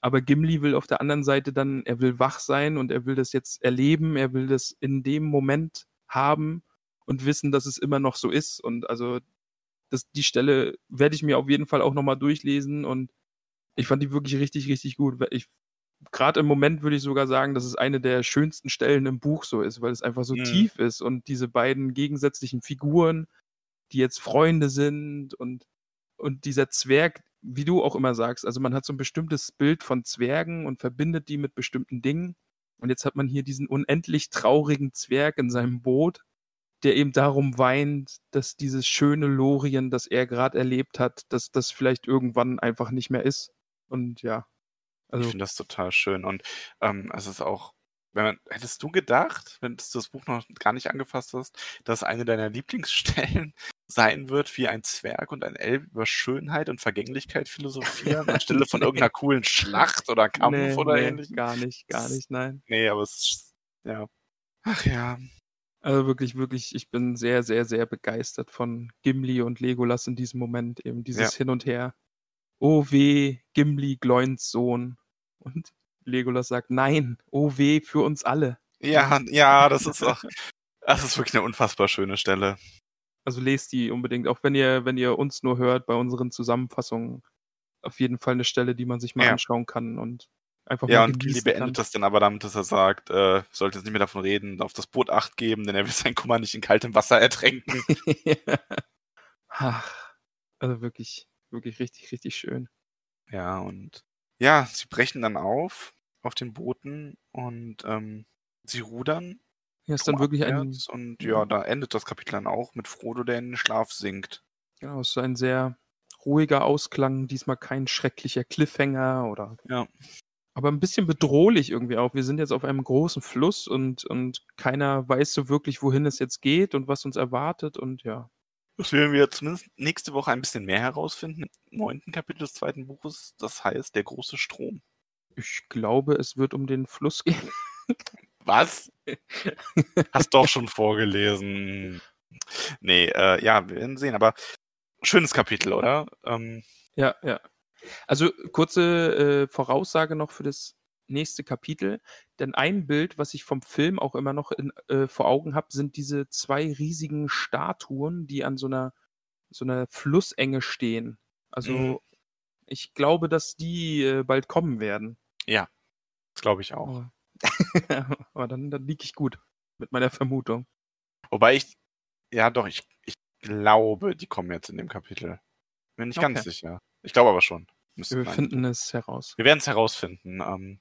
Aber Gimli will auf der anderen Seite dann, er will wach sein und er will das jetzt erleben, er will das in dem Moment haben und wissen, dass es immer noch so ist. Und also die Stelle werde ich mir auf jeden Fall auch nochmal durchlesen und ich fand die wirklich richtig, richtig gut. Gerade im Moment würde ich sogar sagen, dass es eine der schönsten Stellen im Buch so ist, weil es einfach so tief ist und diese beiden gegensätzlichen Figuren, die jetzt Freunde sind und dieser Zwerg, wie du auch immer sagst, also man hat so ein bestimmtes Bild von Zwergen und verbindet die mit bestimmten Dingen. Und jetzt hat man hier diesen unendlich traurigen Zwerg in seinem Boot, der eben darum weint, dass dieses schöne Lorien, das er gerade erlebt hat, dass das vielleicht irgendwann einfach nicht mehr ist. Und ja, Ich also finde das total schön. Und es ist auch, hättest du gedacht, wenn du das Buch noch gar nicht angefasst hast, dass eine deiner Lieblingsstellen sein wird, wie ein Zwerg und ein Elb über Schönheit und Vergänglichkeit philosophieren, anstelle von irgendeiner coolen Schlacht oder Kampf oder ähnlichem? gar nicht, nein. Nee, aber es ist, ja. Ach ja. Also wirklich, wirklich, ich bin sehr, sehr, sehr begeistert von Gimli und Legolas in diesem Moment, eben dieses Hin und Her. Oh weh, Gimli, Gloins Sohn. Und Legolas sagt, nein, oh weh für uns alle. Ja, das ist wirklich eine unfassbar schöne Stelle. Also lest die unbedingt, auch wenn ihr uns nur hört bei unseren Zusammenfassungen. Auf jeden Fall eine Stelle, die man sich mal anschauen kann und einfach mal und Gimli genießen beendet das dann aber damit, dass er sagt, sollte jetzt nicht mehr davon reden, auf das Boot Acht geben, denn er will seinen Kummer nicht in kaltem Wasser ertränken. Ach, also wirklich, wirklich richtig, richtig schön. Ja, und ja, sie brechen dann auf den Booten und sie rudern. Ja, ist dann wirklich abwärts und ja, da endet das Kapitel dann auch mit Frodo, der in den Schlaf sinkt. Genau, es ist ein sehr ruhiger Ausklang, diesmal kein schrecklicher Cliffhanger oder. Ja. Aber ein bisschen bedrohlich irgendwie auch. Wir sind jetzt auf einem großen Fluss und keiner weiß so wirklich, wohin es jetzt geht und was uns erwartet und ja. Das werden wir zumindest nächste Woche ein bisschen mehr herausfinden. Im 9. Kapitel des 2. Buches, das heißt der große Strom. Ich glaube, es wird um den Fluss gehen. Was? Hast doch schon vorgelesen. Nee, ja, wir werden sehen, aber schönes Kapitel, oder? Ja. Also kurze Voraussage noch für das nächste Kapitel, denn ein Bild, was ich vom Film auch immer noch vor Augen habe, sind diese 2 riesigen Statuen, die an so einer Flussenge stehen. Also ich glaube, dass die bald kommen werden. Ja, das glaube ich auch. Aber dann liege ich gut mit meiner Vermutung. Wobei ich glaube, die kommen jetzt in dem Kapitel. Bin nicht ganz sicher. Ich glaube aber schon. Wir finden es heraus. Wir werden es herausfinden.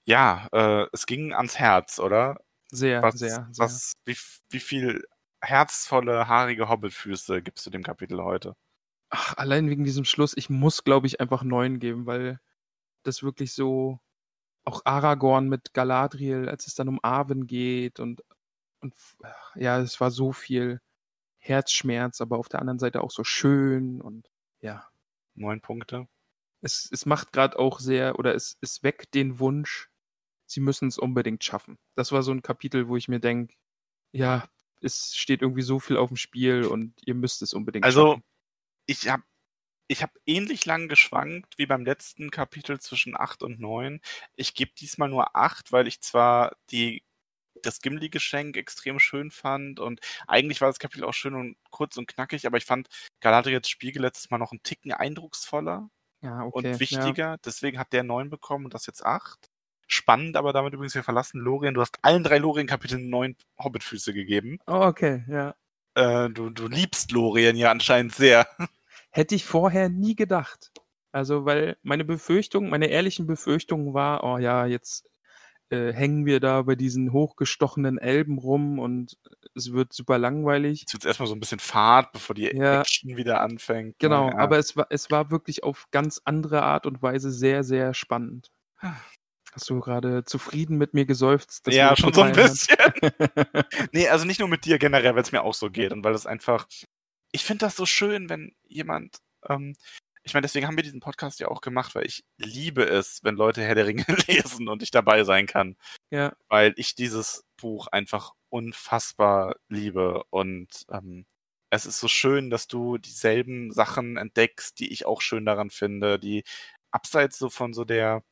Es ging ans Herz, oder? Sehr. Wie viel herzvolle, haarige Hobbitfüße gibst du dem Kapitel heute? Ach, allein wegen diesem Schluss, ich muss, glaube ich, einfach 9 geben, weil das wirklich so, auch Aragorn mit Galadriel, als es dann um Arwen geht und ja, es war so viel Herzschmerz, aber auf der anderen Seite auch so schön und ja. 9 Punkte. Es macht gerade auch sehr, oder es weckt den Wunsch, sie müssen es unbedingt schaffen. Das war so ein Kapitel, wo ich mir denke, ja, es steht irgendwie so viel auf dem Spiel und ihr müsst es unbedingt schaffen. Also, ich hab ähnlich lang geschwankt wie beim letzten Kapitel zwischen 8 und 9. Ich gebe diesmal nur 8, weil ich zwar das Gimli-Geschenk extrem schön fand und eigentlich war das Kapitel auch schön und kurz und knackig, aber ich fand Galadriels Spiegel letztes Mal noch einen Ticken eindrucksvoller und wichtiger. Ja. Deswegen hat der 9 bekommen und das jetzt 8. Spannend, aber damit übrigens, wir verlassen Lorien. Du hast allen 3 Lorien-Kapiteln 9 Hobbitfüße gegeben. Oh, okay, ja. Du liebst Lorien ja anscheinend sehr. Hätte ich vorher nie gedacht. Also, weil meine ehrlichen Befürchtungen war, oh ja, jetzt hängen wir da bei diesen hochgestochenen Elben rum und es wird super langweilig. Es wird erstmal so ein bisschen Fahrt, bevor die Action wieder anfängt. Genau, ja. Aber es war wirklich auf ganz andere Art und Weise sehr, sehr spannend. Hast du gerade zufrieden mit mir geseufzt? Ja, schon so ein bisschen. Nee, also nicht nur mit dir generell, weil es mir auch so geht und weil es einfach, ich finde das so schön, wenn jemand, ich meine, deswegen haben wir diesen Podcast ja auch gemacht, weil ich liebe es, wenn Leute Herr der Ringe lesen und ich dabei sein kann. Ja. Weil ich dieses Buch einfach unfassbar liebe und es ist so schön, dass du dieselben Sachen entdeckst, die ich auch schön daran finde, die abseits so von so der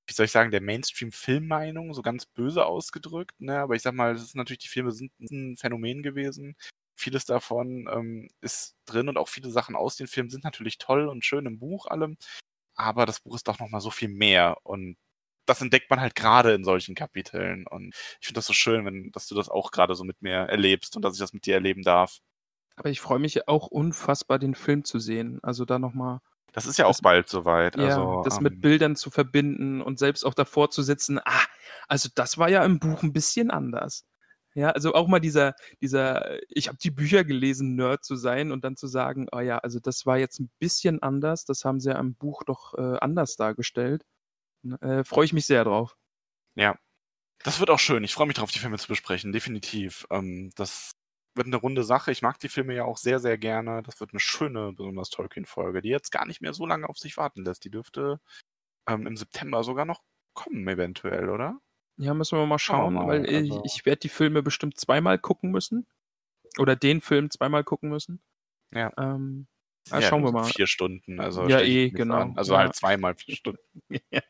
wie soll ich sagen, der Mainstream-Filmmeinung, so ganz böse ausgedrückt, ne? Aber ich sag mal, das ist natürlich, die Filme sind ein Phänomen gewesen. Vieles davon ist drin und auch viele Sachen aus den Filmen sind natürlich toll und schön im Buch allem. Aber das Buch ist doch nochmal so viel mehr. Und das entdeckt man halt gerade in solchen Kapiteln. Und ich finde das so schön, dass du das auch gerade so mit mir erlebst und dass ich das mit dir erleben darf. Aber ich freue mich auch unfassbar, den Film zu sehen. Also da nochmal. Das ist ja auch bald soweit. Ja, Also, das mit Bildern zu verbinden und selbst auch davor zu sitzen. Also das war ja im Buch ein bisschen anders. Ja, also auch mal dieser, ich habe die Bücher gelesen, Nerd zu sein und dann zu sagen, oh ja, also das war jetzt ein bisschen anders. Das haben sie ja im Buch doch anders dargestellt. Freue ich mich sehr drauf. Ja, das wird auch schön. Ich freue mich drauf, die Filme zu besprechen, definitiv. Das wird eine runde Sache. Ich mag die Filme ja auch sehr, sehr gerne. Das wird eine schöne, besonders Tolkien-Folge, die jetzt gar nicht mehr so lange auf sich warten lässt. Die dürfte im September sogar noch kommen, eventuell, oder? Ja, müssen wir mal Schauen wir schauen, mal, weil also ich werde die Filme bestimmt zweimal gucken müssen. Oder den Film zweimal gucken müssen. Ja. Schauen wir nur so mal. 4 Stunden, also Ja, stell dich nicht genau. an. Also Ja. halt zweimal 4 Stunden, Ja.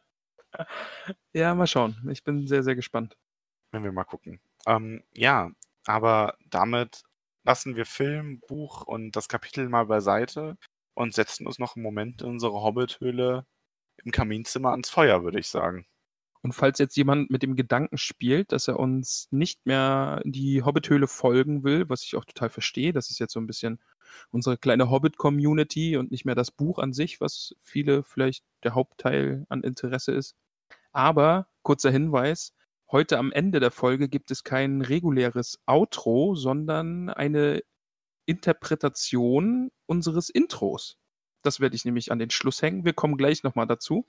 Ja, mal schauen. Ich bin sehr, sehr gespannt. wenn wir mal gucken. Ja, aber damit lassen wir Film, Buch und das Kapitel mal beiseite und setzen uns noch einen Moment in unsere Hobbit-Höhle im Kaminzimmer ans Feuer, würde ich sagen. Und falls jetzt jemand mit dem Gedanken spielt, dass er uns nicht mehr die Hobbit-Höhle folgen will, was ich auch total verstehe, das ist jetzt so ein bisschen unsere kleine Hobbit-Community und nicht mehr das Buch an sich, was viele vielleicht der Hauptteil an Interesse ist. Aber, kurzer Hinweis, heute am Ende der Folge gibt es kein reguläres Outro, sondern eine Interpretation unseres Intros. Das werde ich nämlich an den Schluss hängen. Wir kommen gleich nochmal dazu.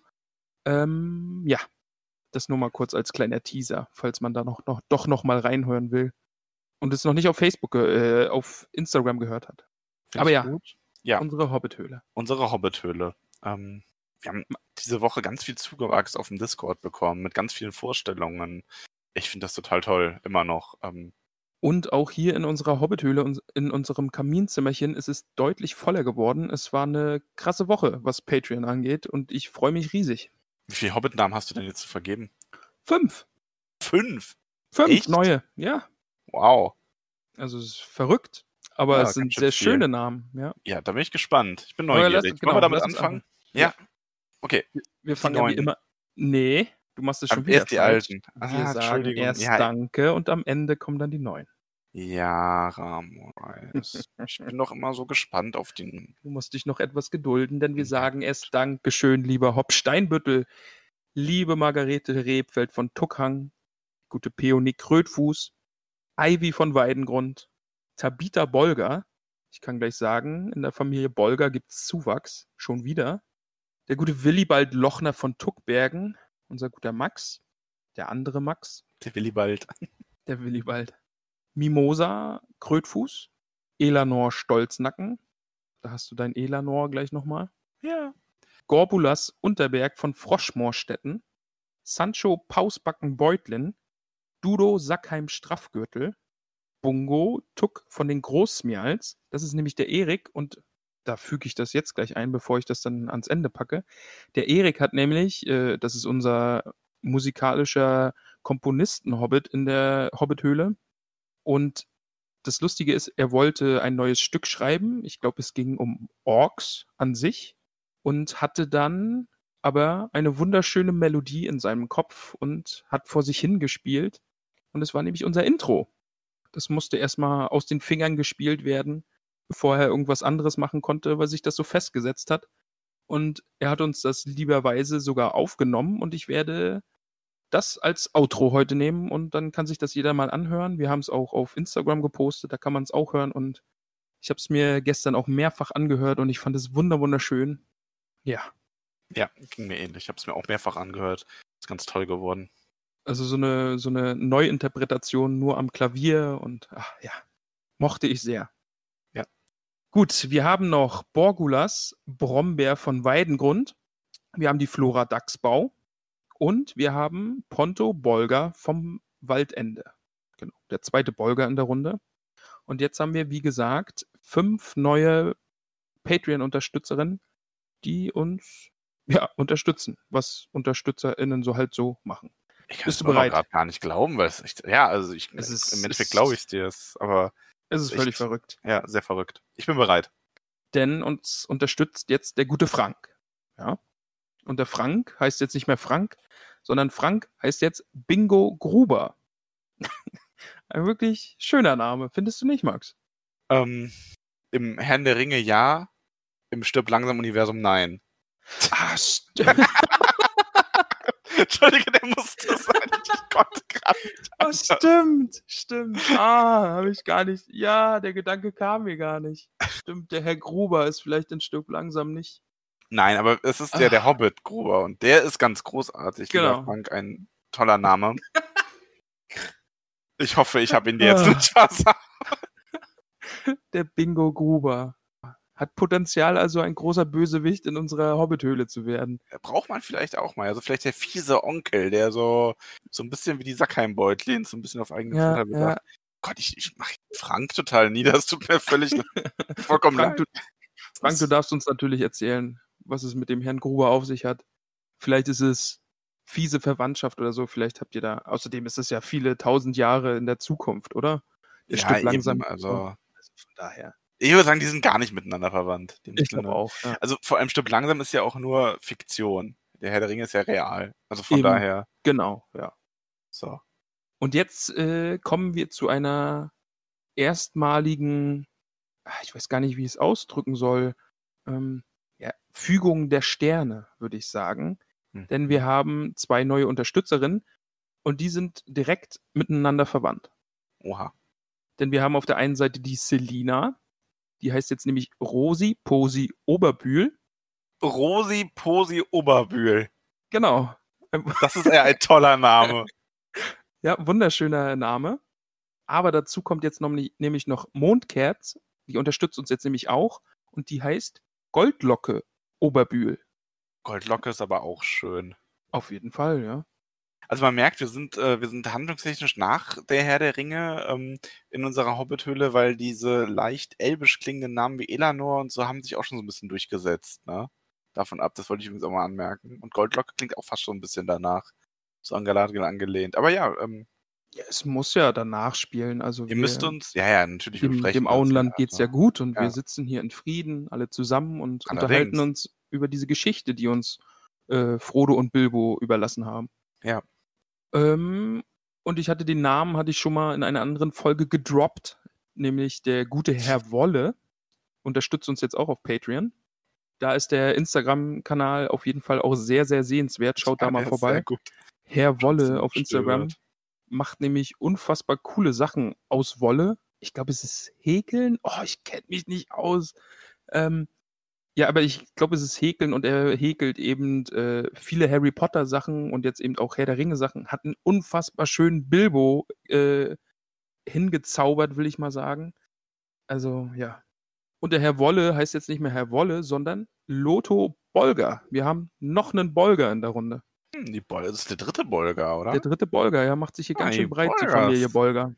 Ja, das nur mal kurz als kleiner Teaser, falls man da doch noch mal reinhören will und es noch nicht auf Facebook, auf Instagram gehört hat. Find Aber ich ja, gut. Ja, unsere Hobbit-Höhle. unsere Hobbit-Höhle. Wir haben diese Woche ganz viel Zugewachs auf dem Discord bekommen, mit ganz vielen Vorstellungen. Ich finde das total toll, immer noch. Und auch hier in unserer Hobbit-Höhle, in unserem Kaminzimmerchen, ist es deutlich voller geworden. Es war eine krasse Woche, was Patreon angeht und ich freue mich riesig. Wie viele Hobbit-Namen hast du denn jetzt zu vergeben? 5. 5? 5 Echt? neue, ja. Wow. Also es ist verrückt, aber Ja, es sind ganz schön sehr viel. schöne Namen, ja. Ja, da bin ich gespannt. Ich bin Aber neugierig. Wollen wir damit lass uns anfangen? anfangen. Ja. Okay. Wir fangen ja wie neuen. immer. Nee, du machst es schon wieder Erst die falsch. alten. Wir sagen Entschuldigung. erst Ja, Danke und am Ende kommen dann die neuen. ja, Ramois. Ich bin doch immer so gespannt auf den. Du musst dich noch etwas gedulden, denn wir sagen erst Dankeschön, lieber Hopp Steinbüttel, liebe Margarete Rebfeld von Tuckhang, gute Peony Krötfuß, Ivy von Weidengrund, Tabitha Bolger. Ich kann gleich sagen, in der Familie Bolger gibt es Zuwachs, schon wieder. Der gute Willibald Lochner von Tuckbergen, unser guter Max, der andere Max, Der Willibald. der Willibald. Mimosa Krötfuß, Elanor Stolznacken, da hast du dein Elanor gleich nochmal. Ja. Gorbulas Unterberg von Froschmoorstetten, Sancho Pausbacken Beutlin, Dudo Sackheim Straffgürtel, Bungo Tuck von den Großsmials, das ist nämlich der Erik und da füge ich das jetzt gleich ein, bevor ich das dann ans Ende packe. Der Erik hat nämlich, das ist unser musikalischer Komponisten-Hobbit in der Hobbithöhle und das Lustige ist, er wollte ein neues Stück schreiben. Ich glaube, es ging um Orks an sich und hatte dann aber eine wunderschöne Melodie in seinem Kopf und hat vor sich hingespielt. Und es war nämlich unser Intro. Das musste erstmal aus den Fingern gespielt werden, bevor er irgendwas anderes machen konnte, weil sich das so festgesetzt hat. Und er hat uns das lieberweise sogar aufgenommen und ich werde das als Outro heute nehmen und dann kann sich das jeder mal anhören. Wir haben es auch auf Instagram gepostet, da kann man es auch hören und ich habe es mir gestern auch mehrfach angehört und ich fand es wunderschön. Ja. Ja, ging mir ähnlich. Ich habe es mir auch mehrfach angehört. Ist ganz toll geworden. Also so eine Neuinterpretation nur am Klavier und mochte ich sehr. Ja. Gut, wir haben noch Borgulas Brombeer von Weidengrund. Wir haben die Flora Dachsbau. Und wir haben Ponto Bolger vom Waldende. Genau, der zweite Bolger in der Runde. Und jetzt haben wir, wie gesagt, 5 neue Patreon-Unterstützerinnen, die uns unterstützen, was UnterstützerInnen so halt so machen. Bist du bereit? Ich kann es gar nicht glauben, weil im Endeffekt glaube ich dir es, aber es ist völlig verrückt. Ja, sehr verrückt. Ich bin bereit. Denn uns unterstützt jetzt der gute Frank. Ja. Und der Frank heißt jetzt nicht mehr Frank, sondern Frank heißt jetzt Bingo Gruber. Ein wirklich schöner Name, findest du nicht, Max? Im Herrn der Ringe ja, im Stirb langsam Universum nein. Stimmt. Entschuldige, der musste sein. Ich konnte gerade nicht. Stimmt. Habe ich gar nicht. Ja, der Gedanke kam mir gar nicht. Stimmt, der Herr Gruber ist vielleicht in Stirb langsam nicht. Nein, aber es ist der Hobbit Gruber und der ist ganz großartig. Genau. Lieber Frank, ein toller Name. Ich hoffe, ich habe ihn dir jetzt nicht versagt. Der Bingo Gruber. Hat Potenzial, also ein großer Bösewicht in unserer Hobbithöhle zu werden. Braucht man vielleicht auch mal. Also vielleicht der fiese Onkel, der so ein bisschen wie die Sackheim-Beutlin, so ein bisschen auf eigene Vorteile bedacht. Gott, ich mache Frank total nieder. Das tut mir vollkommen leid. Frank, du darfst uns natürlich erzählen, was es mit dem Herrn Gruber auf sich hat. Vielleicht ist es fiese Verwandtschaft oder so. Vielleicht habt ihr da. Außerdem ist es ja viele 1000 Jahre in der Zukunft, oder? Stirbt langsam. Also von daher. Ich würde sagen, die sind gar nicht miteinander verwandt. Ich glaube auch. Ja. Also vor allem Stirb langsam ist ja auch nur Fiktion. Der Herr der Ringe ist ja real. Also von daher. Genau, ja. So. Und jetzt kommen wir zu einer erstmaligen, ich weiß gar nicht, wie ich es ausdrücken soll, Fügung der Sterne, würde ich sagen. Denn wir haben 2 neue Unterstützerinnen und die sind direkt miteinander verwandt. Oha. Denn wir haben auf der einen Seite die Selina, die heißt jetzt nämlich Rosi Posi Oberbühl. Rosi Posi Oberbühl. Genau. Das ist ja ein toller Name. Ja, wunderschöner Name. Aber dazu kommt jetzt nämlich noch Mondkerz. Die unterstützt uns jetzt nämlich auch. Und die heißt Goldlocke Oberbühl. Goldlocke ist aber auch schön. Auf jeden Fall, ja. Also man merkt, wir sind handlungstechnisch nach der Herr der Ringe in unserer Hobbithöhle, weil diese leicht elbisch klingenden Namen wie Elanor und so haben sich auch schon so ein bisschen durchgesetzt, ne? Davon ab, das wollte ich übrigens auch mal anmerken. Und Goldlocke klingt auch fast schon ein bisschen danach. So an Galadriel angelehnt. Aber ja, es muss ja danach spielen. Also ihr müsst uns, natürlich dem Auenland geht's ja gut und wir sitzen hier in Frieden, alle zusammen und unterhalten uns über diese Geschichte, die uns Frodo und Bilbo überlassen haben. Ja. Und ich hatte den Namen, schon mal in einer anderen Folge gedroppt, nämlich der gute Herr Wolle unterstützt uns jetzt auch auf Patreon. Da ist der Instagram-Kanal auf jeden Fall auch sehr, sehr sehenswert. Schaut da mal vorbei. Sehr gut. Herr Wolle auf Instagram macht nämlich unfassbar coole Sachen aus Wolle. Ich glaube, es ist Häkeln. Ich kenne mich nicht aus. Ja, aber ich glaube, es ist Häkeln und er häkelt eben viele Harry Potter Sachen und jetzt eben auch Herr der Ringe Sachen. Hat einen unfassbar schönen Bilbo hingezaubert, will ich mal sagen. Also, ja. Und der Herr Wolle heißt jetzt nicht mehr Herr Wolle, sondern Lotho Bolger. Wir haben noch einen Bolger in der Runde. Das ist der 3. Bolger, oder? Der 3. Bolger, ja, macht sich hier ganz schön breit, die Familie Bolger.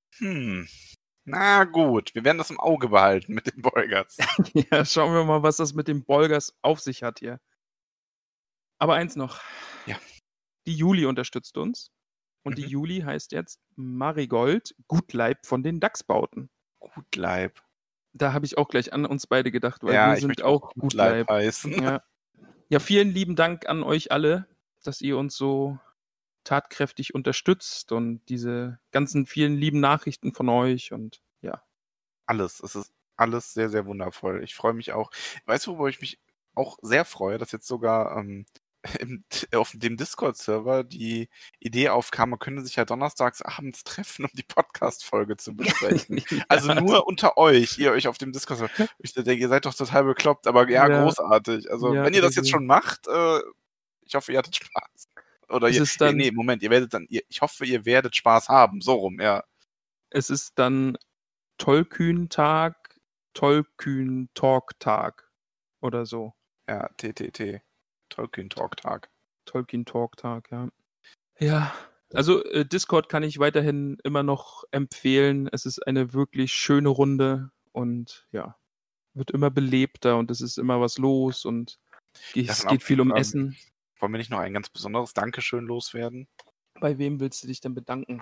Na gut, wir werden das im Auge behalten mit den Bolgers. Ja, schauen wir mal, was das mit den Bolgers auf sich hat hier. Aber eins noch. Ja. Die Juli unterstützt uns. Und die Juli heißt jetzt Marigold Gutleib von den Dachsbauten. Gutleib. Da habe ich auch gleich an uns beide gedacht, weil wir sind auch Gutleib heißen. Ja, vielen lieben Dank an euch alle, dass ihr uns so tatkräftig unterstützt und diese ganzen vielen lieben Nachrichten von euch und ja. Es ist alles sehr, sehr wundervoll. Ich freue mich auch. Weißt du, worüber ich mich auch sehr freue, dass jetzt sogar auf dem Discord-Server die Idee aufkam, man könnte sich ja donnerstags abends treffen, um die Podcast-Folge zu besprechen. Also nur unter euch, ihr euch auf dem Discord-Server. Ich denke, ihr seid doch total bekloppt, aber großartig. Also wenn ihr das jetzt schon macht, ich hoffe, ihr hattet Spaß. Oder ich hoffe, ihr werdet Spaß haben. So rum, ja. Es ist dann Tollkühn-Tag, Tollkühn-Talk-Tag oder so. Ja, TTT. Tolkien-Talk-Tag. Tolkien-Talk-Tag, ja. Ja, also Discord kann ich weiterhin immer noch empfehlen. Es ist eine wirklich schöne Runde und ja, wird immer belebter und es ist immer was los und Es geht viel um Essen. Wollen wir nicht noch ein ganz besonderes Dankeschön loswerden? Bei wem willst du dich denn bedanken?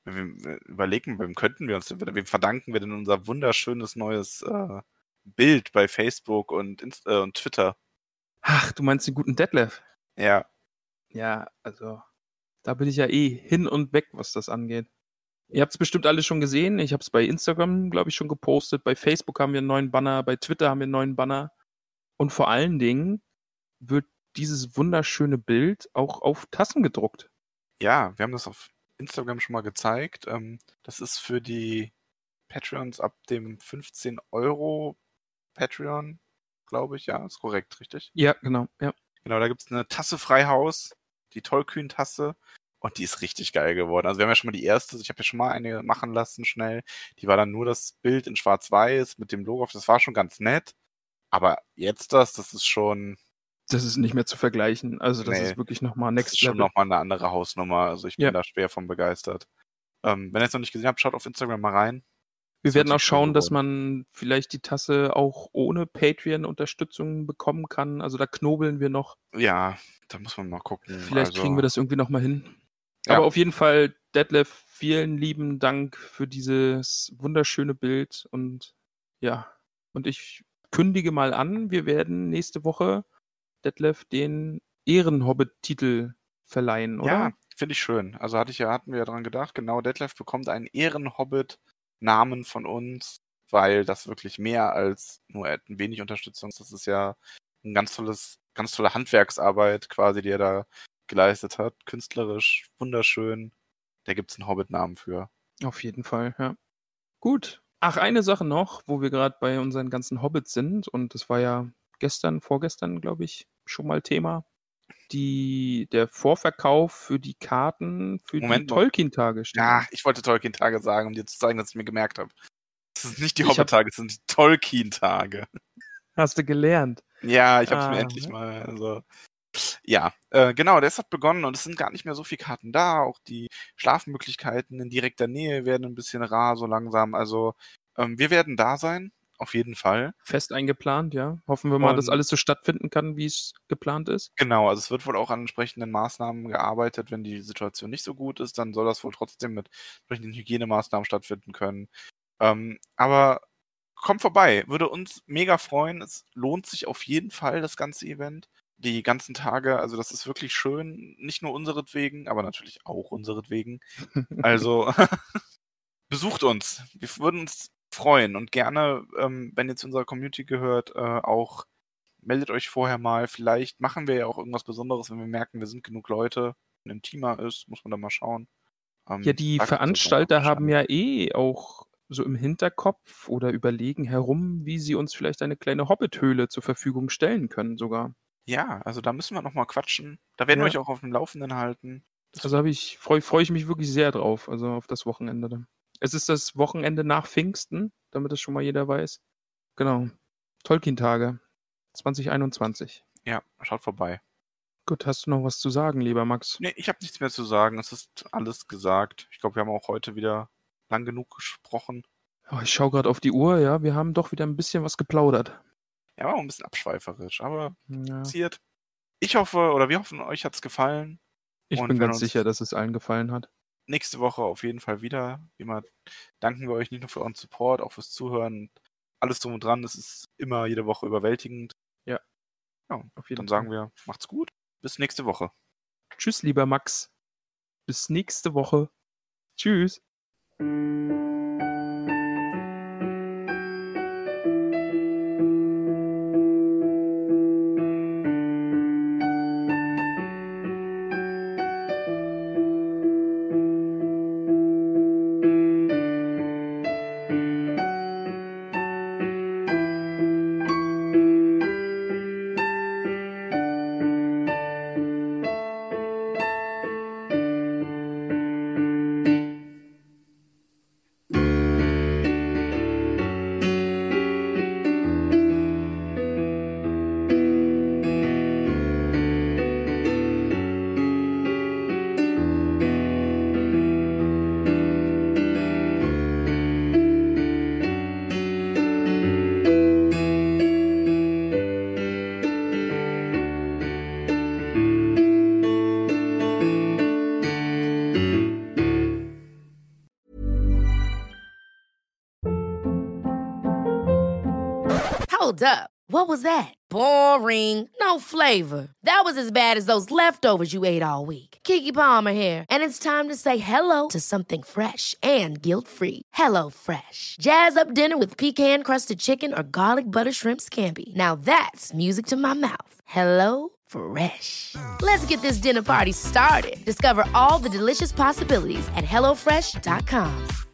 Wir überlegen, wem verdanken wir denn unser wunderschönes neues Bild bei Facebook und Twitter? Ach, du meinst den guten Detlef? Ja. Ja, also da bin ich ja hin und weg, was das angeht. Ihr habt es bestimmt alle schon gesehen. Ich habe es bei Instagram, glaube ich, schon gepostet. Bei Facebook haben wir einen neuen Banner. Bei Twitter haben wir einen neuen Banner. Und vor allen Dingen wird dieses wunderschöne Bild auch auf Tassen gedruckt. Ja, wir haben das auf Instagram schon mal gezeigt. Das ist für die Patreons ab dem 15 € Patreon, glaube ich. Ja, ist korrekt, richtig? Ja, genau. Ja. Genau, da gibt es eine Tasse Freihaus, die Tollkühn-Tasse. Und die ist richtig geil geworden. Also wir haben ja schon mal die erste, ich habe ja schon mal eine machen lassen, schnell. Die war dann nur das Bild in schwarz-weiß mit dem Logo auf. Das war schon ganz nett. Aber jetzt das ist schon... Das ist nicht mehr zu vergleichen. Also das ist wirklich nochmal Next Level. Das ist schon nochmal eine andere Hausnummer. Also ich bin da schwer von begeistert. Wenn ihr es noch nicht gesehen habt, schaut auf Instagram mal rein. Wir werden auch schauen, dass man vielleicht die Tasse auch ohne Patreon-Unterstützung bekommen kann. Also da knobeln wir noch. Ja, da muss man mal gucken. Vielleicht kriegen wir das irgendwie nochmal hin. Ja. Aber auf jeden Fall, Detlef, vielen lieben Dank für dieses wunderschöne Bild. Und ja, und ich kündige mal an, wir werden nächste Woche Detlef den Ehrenhobbit-Titel verleihen, oder? Ja, finde ich schön. Also hatten wir ja dran gedacht, genau, Detlef bekommt einen Ehrenhobbit-Namen von uns, weil das wirklich mehr als nur ein wenig Unterstützung ist. Das ist ja ein ganz tolle Handwerksarbeit quasi, die er da geleistet hat. Künstlerisch, wunderschön. Da gibt es einen Hobbit-Namen für. Auf jeden Fall, ja. Gut. Ach, eine Sache noch, wo wir gerade bei unseren ganzen Hobbits sind, und das war ja vorgestern, glaube ich, schon mal Thema. Der Vorverkauf für die Karten für die Tolkien-Tage steht. Ja, ich wollte Tolkien-Tage sagen, um dir zu zeigen, dass ich mir gemerkt habe. Das sind nicht die Hobbit-Tage, es sind die Tolkien-Tage. Hast du gelernt? Ja, ich habe es mir endlich mal. Also. Ja, genau, das hat begonnen und es sind gar nicht mehr so viele Karten da. Auch die Schlafmöglichkeiten in direkter Nähe werden ein bisschen rar so langsam. Also wir werden da sein, auf jeden Fall. Fest eingeplant, ja. Hoffen wir mal, dass alles so stattfinden kann, wie es geplant ist. Genau, also es wird wohl auch an entsprechenden Maßnahmen gearbeitet. Wenn die Situation nicht so gut ist, dann soll das wohl trotzdem mit entsprechenden Hygienemaßnahmen stattfinden können. Aber kommt vorbei, würde uns mega freuen. Es lohnt sich auf jeden Fall, das ganze Event. Die ganzen Tage, also das ist wirklich schön, nicht nur unseretwegen, aber natürlich auch unseretwegen. Also besucht uns, wir würden uns freuen und gerne, wenn ihr zu unserer Community gehört, auch meldet euch vorher mal. Vielleicht machen wir ja auch irgendwas Besonderes, wenn wir merken, wir sind genug Leute, wenn ein Teamer ist, muss man da mal schauen. Ja, die Veranstalter haben ja auch so im Hinterkopf oder überlegen herum, wie sie uns vielleicht eine kleine Hobbit-Höhle zur Verfügung stellen können sogar. Ja, also da müssen wir nochmal quatschen. Da werden wir euch auch auf dem Laufenden halten. Also freue ich mich wirklich sehr drauf, also auf das Wochenende dann. Es ist das Wochenende nach Pfingsten, damit das schon mal jeder weiß. Genau. Tolkien-Tage 2021. Ja, schaut vorbei. Gut, hast du noch was zu sagen, lieber Max? Nee, ich habe nichts mehr zu sagen. Es ist alles gesagt. Ich glaube, wir haben auch heute wieder lang genug gesprochen. Oh, ich schaue gerade auf die Uhr, ja, wir haben doch wieder ein bisschen was geplaudert. Ja, war auch ein bisschen abschweiferisch, aber passiert. Ich hoffe, oder wir hoffen, euch hat es gefallen. Ich bin ganz sicher, dass es allen gefallen hat. Nächste Woche auf jeden Fall wieder. Wie immer danken wir euch nicht nur für euren Support, auch fürs Zuhören. Alles drum und dran. Es ist immer jede Woche überwältigend. Ja. Auf jeden Fall. Dann sagen wir, macht's gut. Bis nächste Woche. Tschüss, lieber Max. Bis nächste Woche. Tschüss. Hold up. What was that? Boring. No flavor. That was as bad as those leftovers you ate all week. Keke Palmer here, and it's time to say hello to something fresh and guilt-free. HelloFresh. Jazz up dinner with pecan-crusted chicken or garlic butter shrimp scampi. Now that's music to my mouth. HelloFresh. Let's get this dinner party started. Discover all the delicious possibilities at HelloFresh.com.